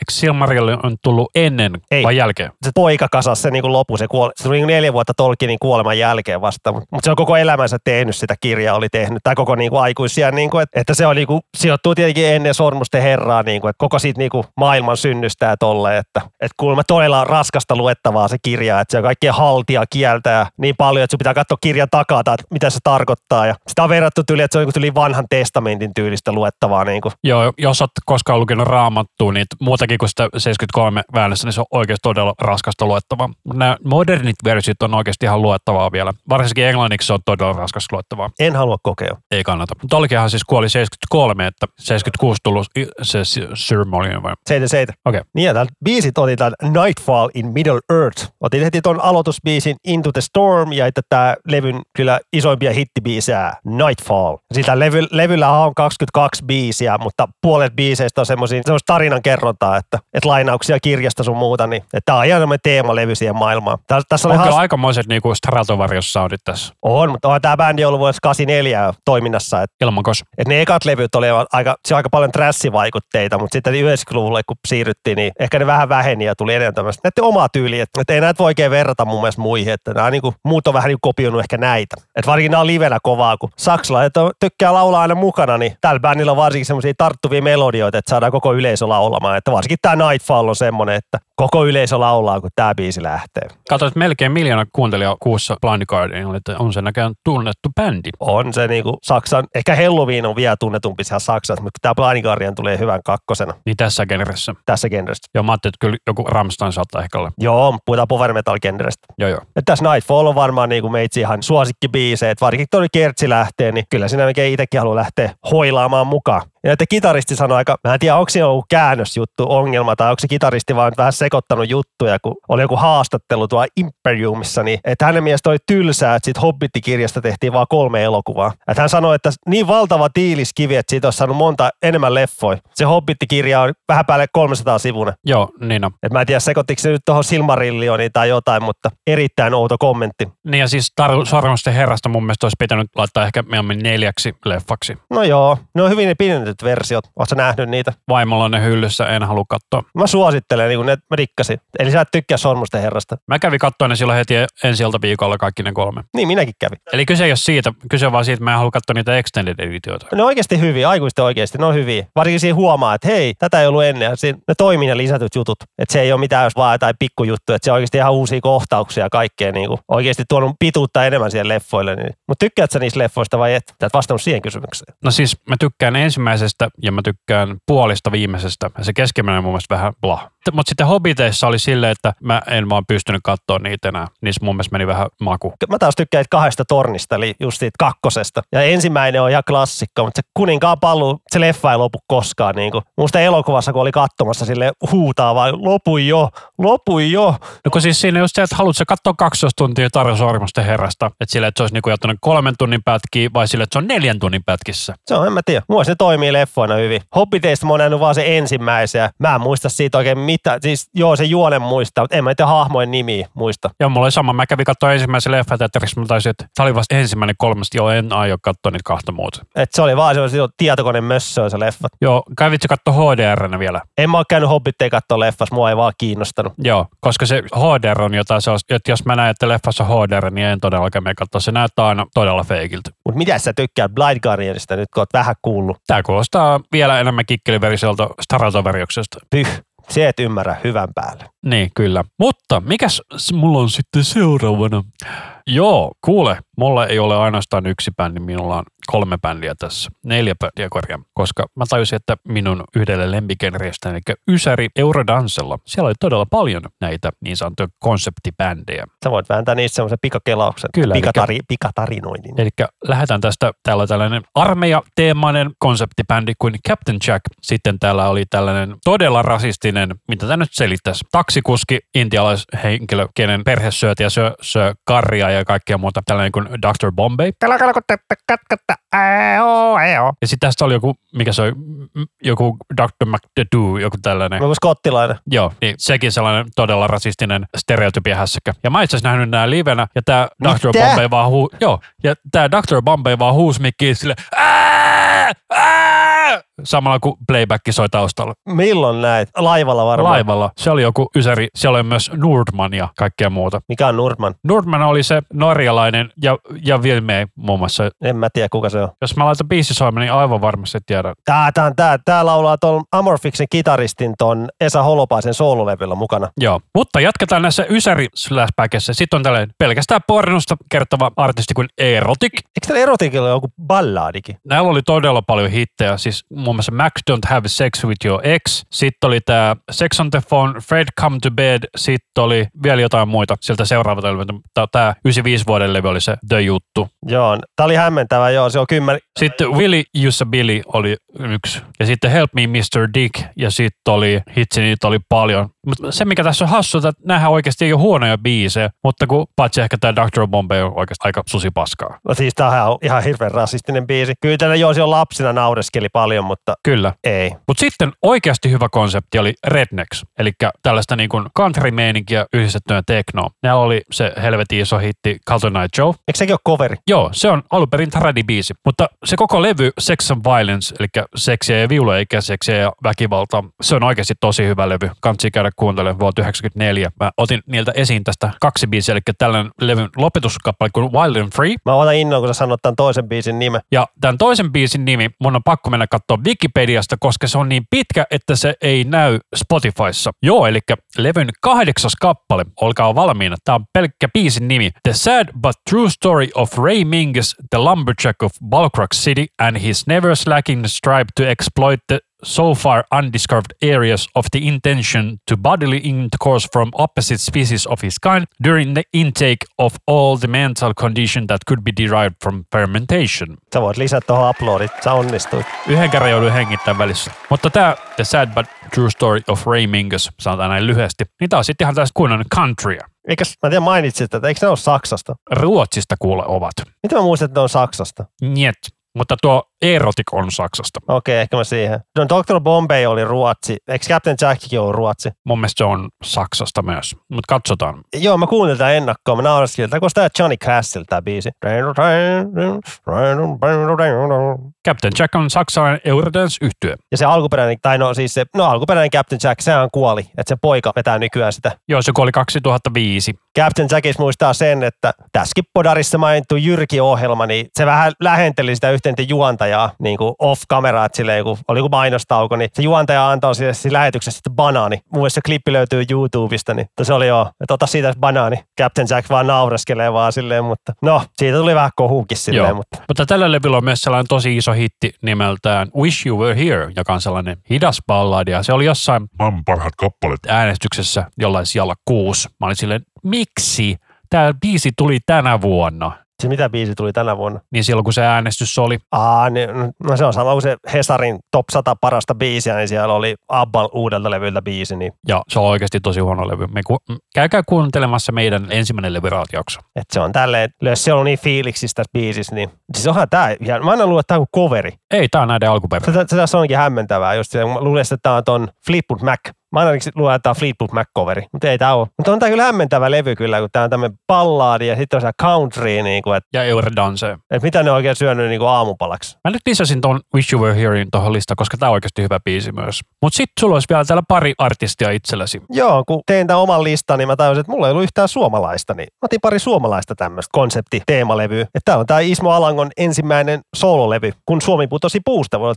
Silmarillion on tullut ennen vai jälkeen? Se poika kasasi se niin lopu, se tuli niin 4 vuotta Tolkienin kuoleman jälkeen vasta, mutta se on koko elämänsä tehnyt sitä kirjaa, oli tehnyt, tai koko niin aikuisia, niin kuin, että se on niin kuin, sijoittuu tietenkin ennen Sormusten herraa, niin kuin, että koko siitä niin kuin, maailman synnystä ja tolleen, että kuulemma todella raskasta luettavaa se kirja, että se on kaikkien haltia kieltää niin paljon, että sun pitää katsoa kirjan takaa, että mitä se tarkoittaa, ja sitä on verrattu tyyliin, että se on tyyliin vanhan testamentin tyylistä luettavaa. Niin kuin. Joo, jos olet koskaan lukenut Raamattua, niin muutakin kuin sitä 73 väännössä, niin se on oikeasti todella raskasta luettavaa. Nämä modernit versiot on oikeasti ihan luettavaa vielä. Varsinkin englanniksi se on todella raskasta luettavaa. En halua kokea. Ei kannata. Tolkienhan siis kuoli 73, että 76 tullut se Silmarillion vai? 77. Okei. Okay. Niin ja täällä biisit otetaan Nightfall in Middle Earth. Otin heti ton aloitusbiisin Into the Storm ja että tää levyn kyllä isoimpia hittibiisejä Nightfall. Sitä levyllä on 22 biisiä, mutta puolet biiseistä on semmoista tarinan kerrontaa, että lainauksia kirjasta sun muuta, niin että tää on ihan semmoinen teemalevy siihen maailmaan. Tässä oli kyllä aikamoiset niinku Stratovarius-soundit tässä. On, mutta on tää bändi ollut vuodessa 84 toiminnassa. Ilmankos. Ne ekat levyt oli aika paljon trash-vaikutteita, mutta sitten 90-luvulle kun siirryttiin, niin ehkä ne vähän väheni ja tuli enemmän tämmöistä. Näette omaa tyyliä, että ei näitä voi oikein verrata mun mielestä muihin, että nämä niinku, muut on vähän niin kopioinut ehkä näitä. Että varsinkin nämä on livenä kovaa, kun saksalaiset tykkää laulaa aina mukana, niin tällä bändillä on varsinkin semmoisia tarttuvia melodioita, että saadaan koko yleisö laulamaan. Että varsinkin tämä Nightfall on semmoinen, että koko yleisö laulaa, kun tämä biisi lähtee. Katsoit melkein 1 miljoona kuuntelijaa kuussa Blind Guardianille, että on se näköjään tunnettu bändi. On se niinku Saksan, ehkä Halloween on vielä tunnetumpi siellä Saksassa, mutta tämä Blind Guardian tulee hyvän kakkosena. Niin tässä genressä. Tässä genressä. Joo, mä ajattelin, että kyllä joku Rammstein saattaa ehkä olla. Joo, puhutaan power metal genrestä. Joo. Että tässä Nightfall on varmaan niinku meitsi ihan suosikkibiisejä, että varsinkin tuo Kertsi lähtee, niin kyllä siinä melkein itsekin haluaa lähteä hoilaamaan mukaan. Ja että kitaristi sanoi aika, mä en tiedä onko siinä ollut käännösjuttu ongelma tai onko se kitaristi vaan vähän sekoittanut juttuja, kun oli joku haastattelu tuolla Imperiumissa, niin että hänen mielestä oli tylsää, että siitä Hobbit-kirjasta tehtiin vaan 3 elokuvaa. Että hän sanoi, että niin valtava tiiliskivi, että siitä olisi saanut monta enemmän leffoja. Se Hobbit-kirja on vähän päälle 300 sivuna. Joo, niin on. Että mä en tiedä, sekoittiko se nyt tuohon Silmarillioniin tai jotain, mutta erittäin outo kommentti. Niin ja siis Sormusten herrasta mun mielestä olisi pitänyt laittaa ehkä mieluummin 4 leffaksi. No joo, ne on hyvin ne pienennetyt versiot. Ootko nähnyt niitä? Vaimolla on ne hyllyssä, en halua katsoa. Mä suosittelen, niin kun ne mä rikkasin. Eli sä et tykkää Sormusten herrasta. Mä kävin katsoa ne silloin heti ensi iltaviikolla kaikki ne 3. Niin, minäkin kävin. Eli kyse ei ole siitä, kyse on vaan siitä, että mä en halua katsoa niitä extended editioita. Ne on oikeasti hyviä, aikuisten oikeasti, ne on hyviä. Varsinkin siinä huomaa, että hei, tätä ei ollut ennen. Ne toimii ne lisätyt jutut. Että se ei ole mitään vaan jotain pikkujuttuja, että se on oikeasti ihan uusia kohtauksia ja kaikkea niin kuin oikeasti tuonut pituutta enemmän siihen leffoille. Niin. Mutta tykkäätkö niistä leffoista vai et? Sä et vastannut siihen kysymykseen. No siis mä tykkään ensimmäisestä ja mä tykkään puolista viimeisestä. Se keskimmäinen on mun mielestä vähän blah. Mutta sitten Hobbiteissa oli silleen, että mä en vaan pystynyt katsoa niitä enää. Niissä mun mielestä meni vähän maku. Mä taas tykkään 2 tornista, eli just siitä 2. Ja ensimmäinen on ihan klassikko, mutta se Kuninkaan paluu, se leffa ei lopu koskaan. Niin musta elokuvassa, kun oli katsomassa sille huutaa vaan, lopui jo. No kun siis siinä just se, että haluatko katsoa 12 tuntia Tarja Sormusten herrasta, että sille, että se olisi niinku jättänyt 3 tunnin pätkiä vai sille, että se on 4 tunnin pätkissä. Se on, en mä tiedä. Muista ne toimii leffoina hyvin. Hobbiteista mä oon nähnyt vaan se ensimmäisen. Mä en muista siitä oikein mitään. Siis joo, se juonen muista, mutta en mä niitä hahmojen nimiä muista. Joo, mulla oli sama. Mä kävin katsoa ensimmäisen leffateatterissa, mä taisin, että tämä oli vasta ensimmäinen 3. Joo, en aio katsoa niitä 2 muuta. Että se oli vaan se tietokoneen mössöön se leffa. Joo, kävitsä katsoa HDR:nä vielä? En mä oo käynyt Hobbitteja katsoa leffassa, mua ei vaan kiinnostanut. Joo, koska se HDR on jotain sellaista, että jos mä näen, että leffassa on HDR, niin en todellakaan mene katsoa. Se näyttää aina todella feikiltä. Mutta mitä sä tykkäät Blind Guardianista nyt, kun oot vähän kuullut? Tää kuulostaa vielä enemmän kikkeliveriseltä Stratovariuksesta. Se et ymmärrä hyvän päälle. Niin, kyllä. Mutta mikäs mulla on sitten seuraavana? Joo, kuule, mulla ei ole ainoastaan 1 bändi, minulla on 3 bändiä tässä. 4 bändiä korjaan, koska mä tajusin, että minun yhdelle lempigenreistä, eli Ysäri Eurodansella, siellä oli todella paljon näitä niin sanottuja konseptibändejä. Sä voit vääntää niistä semmoisen pikakelauksen, kyllä, pikatarinoinnin. Eli lähdetään tästä, täällä tällainen armeijateemainen konseptibändi kuin Captain Jack. Sitten täällä oli tällainen todella rasistinen, mitä tämä nyt selittäisi, taksikuski, intialaishenkilö, kenen perhe syöti ja syö karria ja kaikkea muuta, tällainen kuin Dr. Bombay. Ja sitten tästä oli joku, mikä se oli, joku Dr. McDadoo, joku tällainen. Joku skottilainen. Joo, niin sekin sellainen todella rasistinen stereotypiahässäkkä. Ja mä itse asiassa nähnyt nää livenä, ja tää Dr. Bombay vaan ja tää Dr. Bombay vaan huusi mikkiin sille samalla kun playback soi taustalla. Milloin näet? Laivalla varmaan. Laivalla. Se oli joku ysäri. Siellä oli myös Nordman ja kaikkea muuta. Mikä on Nordman? Nordman oli se norjalainen ja Vilmei muun muassa. En mä tiedä, kuka se on. Jos mä laitan biisi soimaan, niin aivan varmasti tiedän. Tää laulaa tuon Amorphiksen kitaristin ton Esa Holopaisen soololevyllä mukana. Joo, mutta jatketaan näissä ysäri-slashbackissa. Sitten on tällainen pelkästään pornosta kertova artisti kuin Erotic. Eikö tällä Eroticilla ole joku ballaadikin? Näillä oli todella paljon hittejä, siis muun muassa Max Don't Have Sex With Your Ex. Sitten oli tää Sex on the Phone, Fred Come to Bed. Sitten oli vielä jotain muita sieltä seuraavalta levyltä. Tää 95 vuoden levy oli se The Juttu. Joo, tää oli hämmentävä, joo, se on 10. Sitten Willie Jussa Billy oli yksi. Ja sitten Help Me Mr. Dick. Ja sitten oli hitsi, niitä oli paljon. Mutta se mikä tässä on hassu, että näähän oikeasti ei ole huonoja biisejä, mutta kun paitsi ehkä tämä Dr. Bombay on oikeasti aika susipaskaa. No siis tää on ihan hirveän rasistinen biisi. Kyllä tänne joo, se on lapsina naureskeli paljon, mutta kyllä. Ei. Mutta sitten oikeasti hyvä konsepti oli Rednecks, eli tällaista niin kuin country-meininkiä yhdistettynä teknoa. Näillä oli se helvetin iso hitti Carlton Night Show. Eikö sekin ole coveri? Joo, se on alunperin tradi-biisi, mutta se koko levy Sex and Violence, eli seksiä ja viulua, eikä seksiä ja väkivaltaa, se on oikeasti tosi hyvä levy. Kansi käydä kuuntelemaan vuonna 1994. Mä otin niiltä esiin tästä 2 biisiä, eli tällainen levyn lopetuskappale kuin Wild and Free. Mä otan innoa, kun sä sanot tämän toisen biisin nimen. Ja tämän toisen biisin nimi mun on pakko mennä katsoa Wikipediasta, koska se on niin pitkä, että se ei näy Spotifyssa. Joo, eli levyn 8. kappale, olkaa valmiina. Tää on pelkkä biisin nimi. The Sad But True Story of Ray Mingus, the lumberjack of Balcrock City and his never slacking strive to exploit the so far undiscovered areas of the intention to bodily intercourse from opposite species of his kind during the intake of all the mental condition that could be derived from fermentation. Sä voit lisätä tuohon uploadit, sä onnistuit. Yhden kerran jouduin hengittämään välissä. Mutta tämä The Sad But True Story of Ray Mingus, sanotaan näin lyhyesti, niin tää on sitten ihan tästä kunnon countrya. Eikös, mä tiedän mainitsit, että eikö ne ole Saksasta? Ruotsista kuule ovat. Miten mä muistan, että ne on Saksasta? Niet. Mutta tuo Erotic on Saksasta. Okei, ehkä mä siihen. No, Dr. Bombay oli Ruotsi. Eikö Captain Jackikin ole Ruotsi? Mun mielestä se on Saksasta myös, mutta katsotaan. Joo, mä kuuntelin tämän ennakkoon. Mä nauraskin, että onko tämä Johnny Cashilla tämä biisi? Captain Jack on saksalainen Eurodance-yhtye. Ja se alkuperäinen, alkuperäinen Captain Jack, sehän kuoli. Että se poika vetää nykyään sitä. Joo, se kuoli 2005. Captain Jackissa muistaa sen, että tässäkin podarissa mainittu Jyrki-ohjelma, niin se vähän lähenteli sitä yhtentä juontajaa niin kuin off-kameraa, että silleen, kun oli joku mainostauko, niin se juontaja antoi sille lähetyksessä sitten banaani. Mun mielestä se klippi löytyy YouTubesta, niin se oli joo, että ota siitä banaani. Captain Jack vaan nauraskelee vaan silleen, mutta no, siitä tuli vähän kohuukin silleen. Joo. Mutta tällä levyllä on myös sellainen tosi iso hitti nimeltään Wish You Were Here, joka on sellainen hidas balladi, ja se oli jossain Maailman parhaat kappaleet. äänestyksessä jollain sijalla 6. Mä olin silleen, miksi tämä biisi tuli tänä vuonna? Se mitä biisi tuli tänä vuonna? Niin silloin kun se äänestys oli. No se on sama kuin se Hesarin top 100 parasta biisiä, niin siellä oli Abban uudelta levyltä biisi. Niin. Ja se on oikeasti tosi huono levy. Käykää kuuntelemassa meidän ensimmäinen levyraatiojakso. Että se on tälleen, jos se on niin fiiliksissä tässä biisissä, niin siis onhan tää, mä aina luulen, että tää on kuin coveri. Ei, tää on näiden alkuperä. Se tässä onkin hämmentävää, just se, mä luulen, että tää on ton Fleetwood Mac. Mä ainakin luulen, että tää on Fleetwood Mac-coveri, mutta ei tää ole. Mutta on tää kyllä hämmentävä levy kyllä, kun tää on tämmönen ballaadi ja sitten on se country. Niin kuin, ja Eurodance. Että mitä ne on oikein syönyt niin kuin aamupalaksi. Mä nyt lisäsin ton Wish You Were Herein tohon listaan, koska tää on oikeasti hyvä biisi myös. Mut sit sulla olisi vielä täällä pari artistia itselläsi. Joo, kun tein tämän oman listan, niin mä tajusin, että mulla ei ollut yhtään suomalaista, niin mä otin pari suomalaista tämmöistä konsepti-teemalevyä. Että tää on tää Ismo Alangon ensimmäinen soololevy, kun Suomi putosi puusta vuonna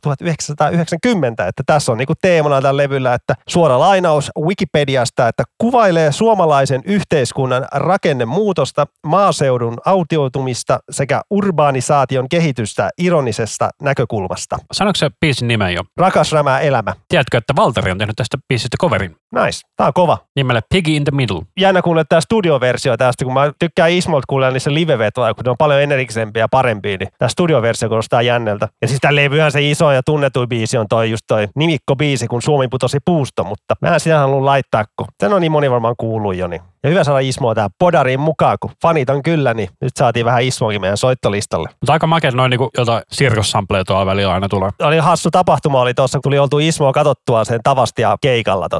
1990. Että tässä on niinku teemana tällä levyllä, että suora lainaus Wikipediasta, että kuvailee suomalaisen yhteiskunnan rakennemuutosta, maaseudun autioitumista sekä urbaanisaation kehitystä ironisesta näkökulmasta. Sanoiko se biisin nimen jo? Rakas rämää elämä. Tiedätkö, että Valtteri on tehnyt tästä biisistä coverin? Nice. Tää on kova. Nimellä Piggy in the Middle. Jännä kuunnella tää studioversio tästä, kun mä tykkään Ismolta kuunnella niissä live-vetoja, kun ne on paljon energisempiä ja parempia, niin tää studioversio kuulostaa jännältä. Ja siis tää levyhän se iso ja tunnetuin biisi on toi just toi nimikko-biisi, kun Suomi putosi puusta, mutta mä en sitä halunnut laittaa, kun sen on niin moni varmaan kuullut jo. Niin. Ja hyvä saada Ismoa tähän podariin mukaan, kun fanit on kyllä, niin nyt saatiin vähän Ismoakin meidän soittolistalle. Mutta aika makea, noin niinku jotain sirkussampleja tuolla välillä aina tulee. Oli hassu tapahtuma, oli tuossa, kun tuli oltu Ismoa katsottua sen Tavastia keikalla tuossa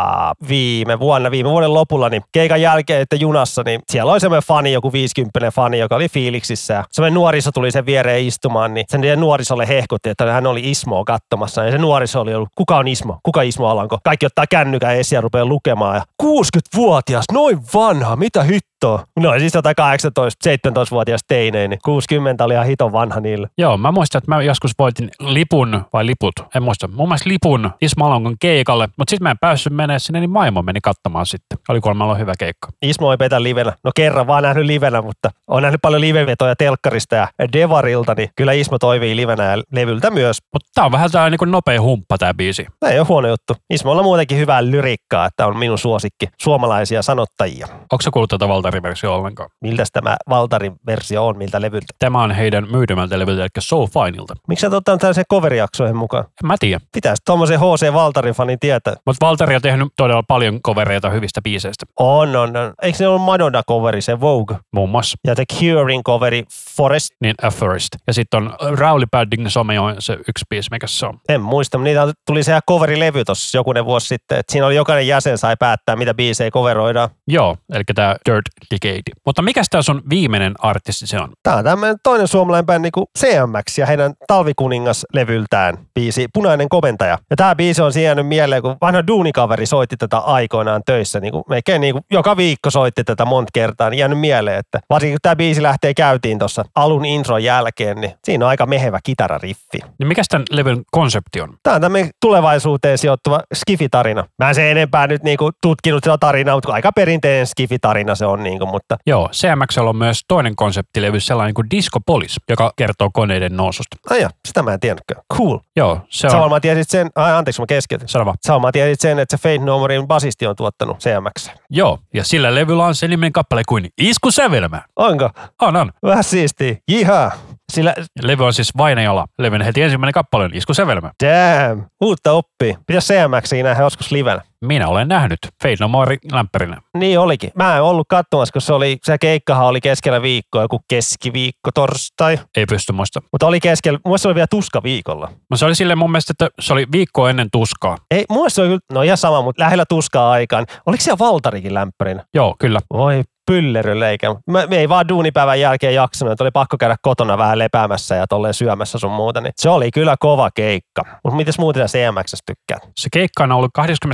viime vuoden lopulla, niin keikan jälkeen, että junassa, niin siellä oli semmoinen fani, joku 50 fani, joka oli fiiliksissä. Ja semmoinen nuoriso tuli sen viereen istumaan, niin sen nuorisolle hehkutti, että hän oli Ismoa katsomassa. Ja se nuoriso oli ollut, kuka on Ismo? Kuka Ismo Alanko? Kaikki ottaa kännykän esiin ja rupeaa lukemaan. Ja 60-vuotias, noin vanha, mitä hittoa? No siis 18-17-vuotias teineen, niin 60 oli ihan hiton vanha niille. Joo, mä muistan, että mä joskus voitin lipun, vai liput, en muista, mun mielestä lipun Ismo Alankon keikalle, mutta sitten mä en päässyt menemään sinne, niin maimo meni katsomaan sitten. Oli kuulemma hyvä keikka. Ismo ei petä livenä. No kerran vaan nähnyt livenä, mutta on nähnyt paljon livevetoja telkkarista ja Devarilta, niin kyllä Ismo toimii livenä ja levyltä myös. Mutta tää on vähän tää niin nopea humppa tää biisi. Tämä ei ole huono juttu. Ismolla on muutenkin hyvää lyrikkaa, että on minun suosikki suomalaisia sanottajia. Onko sä kuullut tätä Valtari-versiota ollenkaan? Miltäs tämä Valtarin versio on, miltä levyltä? Tämä on heidän myydymältä levyltä, eli So Fineilta. Miksi sä ottanut tällaisen cover-jaksoihin mukaan? En mä tiedä. Pitäisi tommosen H.C. Valtarin fanin tietää. Mutta Valtari on tehnyt todella paljon covereita hyvistä biiseistä. On. Eikö se ollut Madonna-coveri, se Vogue? Muun muassa. Ja The Curein coveri Forest? Niin A Forest. Ja sitten on Rowley Padding Some on se yksi biisi, mikä se on. En muista, niitä tuli se coverilevy tuossa jokunen vuosi sitten, että siinä oli jokainen jäsen sai päättää, mitä biisejä coveroidaan. Joo, eli tämä Dirt Decade. Mutta mikäs tää sun viimeinen artisti se on? Tää on tämmöinen toinen suomalainen bändi kuin CMX ja heidän Talvikuningas-levyltään biisi Punainen komentaja. Ja tää biisi on jäänyt mieleen, kun vanha duunikaveri soitti tätä aikoinaan töissä. Melkein joka viikko soitti tätä monta kertaa, niin jäänyt mieleen, että varsinkin kun tää biisi lähtee käyntiin tuossa alun intron jälkeen, niin siinä on aika mehevä kitarariffi. Niin mikäs tämän levyn konsepti on? Tää on tämmöinen tulevaisuuteen sijoittuva skifitarina. Mä en se enempää nyt tutkinut sitä tarinaa, mutta aika perinteinen skifitarina se on mutta. Joo, CMX:llä on myös toinen konseptilevy, sellainen kuin Discopolis, joka kertoo koneiden noususta. Ai sitä mä en tiennytkään. Cool. Joo, se on. Samalla mä tiesit sen, anteeksi mä keskeytin. Sano vaan. Samalla mä tiesit sen, että se Faith No Morein basisti on tuottanut CMX. Joo, ja sillä levyllä on se niminen kappale kuin Iskusävelmä. Onko? On. Vähän siistiä. Jihaa. Sillä... Levy on siis Vainajola. Levyn heti ensimmäinen kappale on Iskusävelmä. Damn. Uutta oppii. Pitäis CMXiä nähdä joskus livenä. Minä olen nähnyt Faith No More lämpärinä. Niin olikin. Mä en ollut katsomassa, kun se keikkahan oli keskellä viikkoa, joku keskiviikko, torstai. Ei pysty muista. Mutta oli keskellä, mun se oli vielä tuskaviikolla. No se oli silleen mun mielestä, että se oli viikkoa ennen tuskaa. Ei, mun se oli kyllä, no ihan sama, mutta lähellä tuskaa aikaan. Oliko siellä Valtarikin lämpärinä? Joo, kyllä. Voi pylleryleikä. Me ei vaan duunipäivän jälkeen jaksanut, että oli pakko käydä kotona vähän lepäämässä ja tolleen syömässä sun muuta. Niin se oli kyllä kova keikka. Mutta mites muuten CMX:stä tykkää? Se keikka on ollut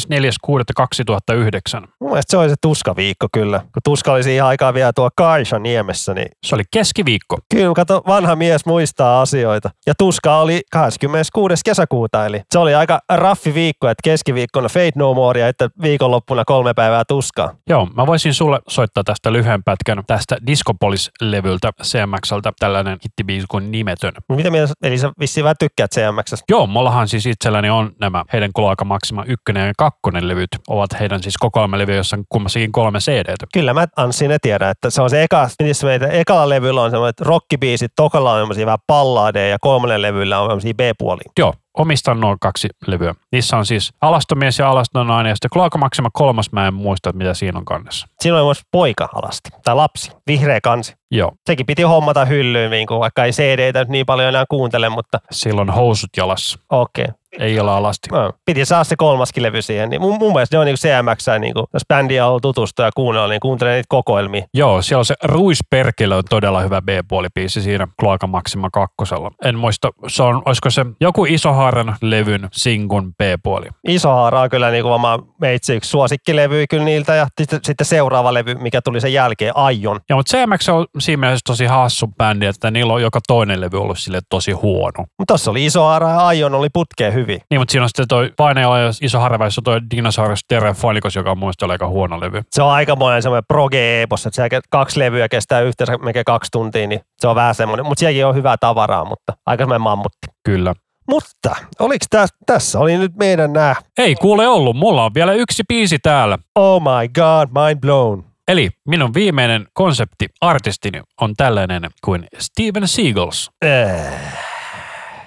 24.6.2009. Mun mielestä se oli se tuskaviikko kyllä. Kun tuska oli siihen aikaan vielä tuo Kaisaniemessä, niin... Se oli keskiviikko. Kyllä, kato, vanha mies muistaa asioita. Ja tuska oli 26. kesäkuuta, eli se oli aika raffi viikko, että keskiviikkona Faith No More ja että viikonloppuna 3 päivää tuskaa. Joo, mä voisin sulle soittaa tästä lyhyen pätkän tästä Discopolis-levyltä CMX:ltä tällainen hittibiisi kuin Nimetön. Mitä mieltä, eli sä vissiin vähän tykkäät CMX:stä? Joo, mullahan siis itselläni on nämä heidän Kloaka Maxima 1 ja 2 levyt, ovat heidän siis kokoelmalevyjä, jossa on kummassakin 3 CD:tä. Kyllä mä Anssi ne tiedän, että se on se ekalla levyllä on semmoiset rockibiisit, tokalla on semmoisia vähän balladeja ja 3. levyllä on semmoisia B-puolia. Joo. Omistan nuo 2 levyä. Niissä on siis Alastomies ja Alastonainen ja sitten Kloaka Maxima 3, mä en muista, mitä siinä on kannessa. Siinä on myös poika alasti, tai lapsi, vihreä kansi. Joo. Sekin piti hommata hyllyyn, vaikka ei CD-tä niin paljon enää kuuntele, mutta... Silloin housut jalassa. Okei. Ei ole alasti. No, piti saada se 3. levy siihen. Niin mun mielestä ne on CMX, jos bändiä on ollut tutustua ja kuunnella, niin kuuntelee niitä kokoelmia. Joo, siellä on se Ruisperkele on todella hyvä B-puolibiisi siinä Kloaka Maxima 2. En muista, olisiko se joku Isohaaran levyn Singun B-puoli. Isohaara on kyllä varmaan meitsi yksi suosikkilevy kyllä niiltä ja sitten seuraava levy, mikä tuli sen jälkeen, Aion. Joo, mutta CMX on siinä mielessä tosi hassu bändi, että niillä on joka toinen levy ollut sille tosi huono. Mutta tossa oli Isohaara ja Aion oli putkeen hyvin. Niin, mutta siinä on sitten toi Vainajola ja Isoharvaissa toi Dinosaurus Terrafonicos, joka on mun mielestä aika huono levy. Se on aikamoinen semmoinen proge-epos, että se 2 levyä kestää yhteensä melkein 2 tuntia, niin se on vähän semmoinen. Mutta sielläkin on hyvää tavaraa, mutta aika semmoinen mammutti. Kyllä. Mutta oliko tässä oli nyt meidän nää? Ei kuule ollut, mulla on vielä yksi biisi täällä. Oh my god, mind blown. Eli minun viimeinen konsepti-artistini on tällainen kuin Steven Seagals.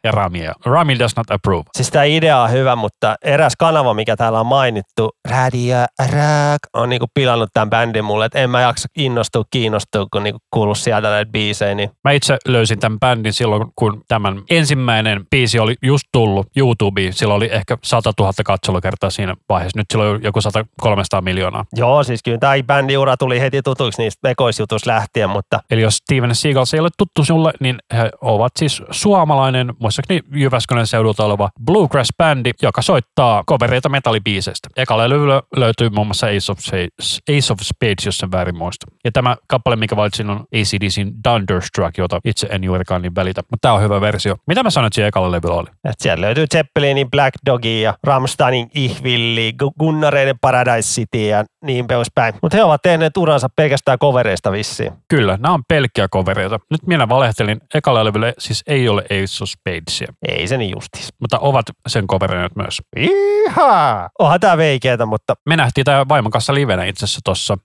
ja Ramia. Rami does not approve. Siis tämä idea on hyvä, mutta eräs kanava, mikä täällä on mainittu, Radio Rock, on niinku pilannut tämän bändin mulle, että en mä jaksa kiinnostua, kun niinku kuuluu sieltä näitä biisejä. Niin. Mä itse löysin tämän bändin silloin, kun tämän ensimmäinen biisi oli just tullut YouTubeen. Silloin oli ehkä 100 000 katselukertaa siinä vaiheessa. Nyt silloin on joku 300 miljoonaa. Joo, siis kyllä tämä bändiura tuli heti tutuiksi niistä ekoisjutuista lähtien, mutta... Eli jos Steven Seagal ei ole tuttu sinulle, niin he ovat siis suomalainen, muistaakseni Jyväskylän seudulta oleva bluegrass-bändi, joka soittaa covereita metallibiiseistä. Ekalla levyllä löytyy muun muassa Ace of Spades, jos sen väärin muista. Ja tämä kappale, mikä valitsin, on AC/DC:n Thunderstruck, jota itse en juurikaan niin välitä. Mutta tämä on hyvä versio. Mitä mä sanoin, että siellä ekalla levyllä oli? Et siellä löytyy Zeppelinin Black Dogia ja Rammsteinin Ich Willi, Gunnareiden Paradise City ja niin poispäin. Mutta he ovat tehneet uransa pelkästään covereista vissiin. Kyllä, nämä on pelkkiä covereita. Nyt minä valehtelin, ekalla levyllä siis ei ole Ace of Spadesia. Ei se niin justis. Mutta ovat sen covereita myös. Ihaa! Onhan tää veikeetä, mutta... Me nähtiin tämä vaimon kanssa livenä itse asiassa tuossa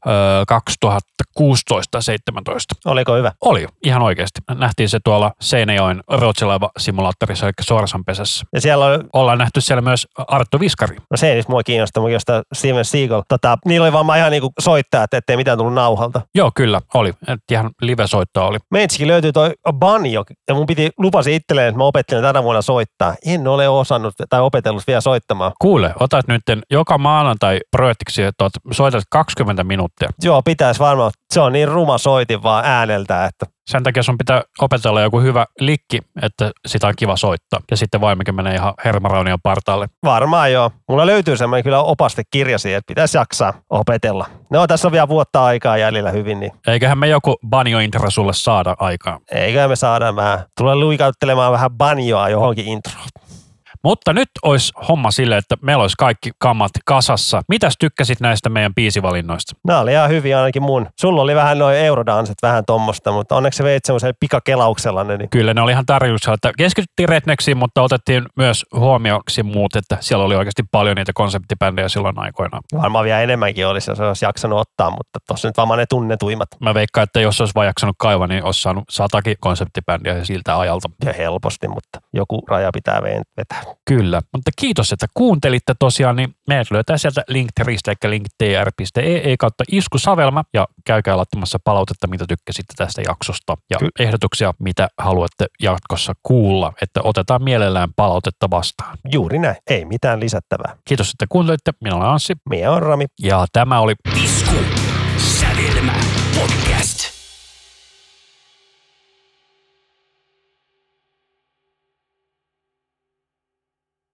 2016-17. Oliko hyvä? Oli, ihan oikeasti. Nähtiin se tuolla Seinäjoen Ruotsilaiva-simulaattorissa, eli Sorsanpesässä. Ja siellä on... Ollaan nähty siellä myös Arttu Viskari. No se ei nyt mua kiinnosta, mutta jostain Steven Seagal. Niillä oli vaan ihan niinku soittajat, ettei mitään tullut nauhalta. Joo, kyllä, oli. Et ihan live-soittoa oli. Meitsikin löytyy toi banjo, ja mun lupasin itselleen, että mä opettelen tänä vuonna soittaa. En ole osannut tai opetellut vielä soittamaan. Kuule, otat nyt joka maanantai projektiksi, että soitat 20 minuuttia. Joo, pitäisi varmaan. Se on niin ruma soitin vaan ääneltä, että... Sen takia sun pitää opetella joku hyvä likki, että sitä on kiva soittaa. Ja sitten vaimikin menee ihan hermaraunion partaalle. Varmaan joo. Mulla löytyy semmoinen kyllä opastekirja siihen, että pitäisi jaksaa opetella. No tässä on vielä vuotta aikaa jäljellä hyvin. Niin. Eiköhän me joku banjo-intro sulle saada aikaa. Eiköhän me saada vähän. Tulee luikauttelemaan vähän banjoa johonkin introon. Mutta nyt olisi homma sille, että meillä olisi kaikki kammat kasassa. Mitäs tykkäsit näistä meidän biisivalinnoista? Nämä oli ihan hyviä ainakin mun. Sulla oli vähän noin eurodanset, vähän tommosta, mutta onneksi sä veit semmoisen pikakelauksella. Niin. Kyllä ne oli ihan tarjouksella, että keskityttiin rednecksiin, mutta otettiin myös huomioksi muut, että siellä oli oikeasti paljon niitä konseptibändejä silloin aikoinaan. Varmaan vielä enemmänkin olisi, jos olisi jaksanut ottaa, mutta tossa nyt vaan ne tunnetuimmat. Mä veikkaan, että jos olisi vaan jaksanut kaivaa, niin olisi saanut 100 konseptibändiä siltä ajalta. Ja helposti, mutta joku raja pitää vetää. Kyllä, mutta kiitos, että kuuntelitte tosiaan, niin meidät löytää sieltä linktristä, eli linktr.ee/iskusavelma, ja käykää laittamassa palautetta, mitä tykkäsitte tästä jaksosta, ja ehdotuksia, mitä haluatte jatkossa kuulla, että otetaan mielellään palautetta vastaan. Juuri näin, ei mitään lisättävää. Kiitos, että kuuntelitte. Minä olen Anssi. Minä olen Rami. Ja tämä oli Isku.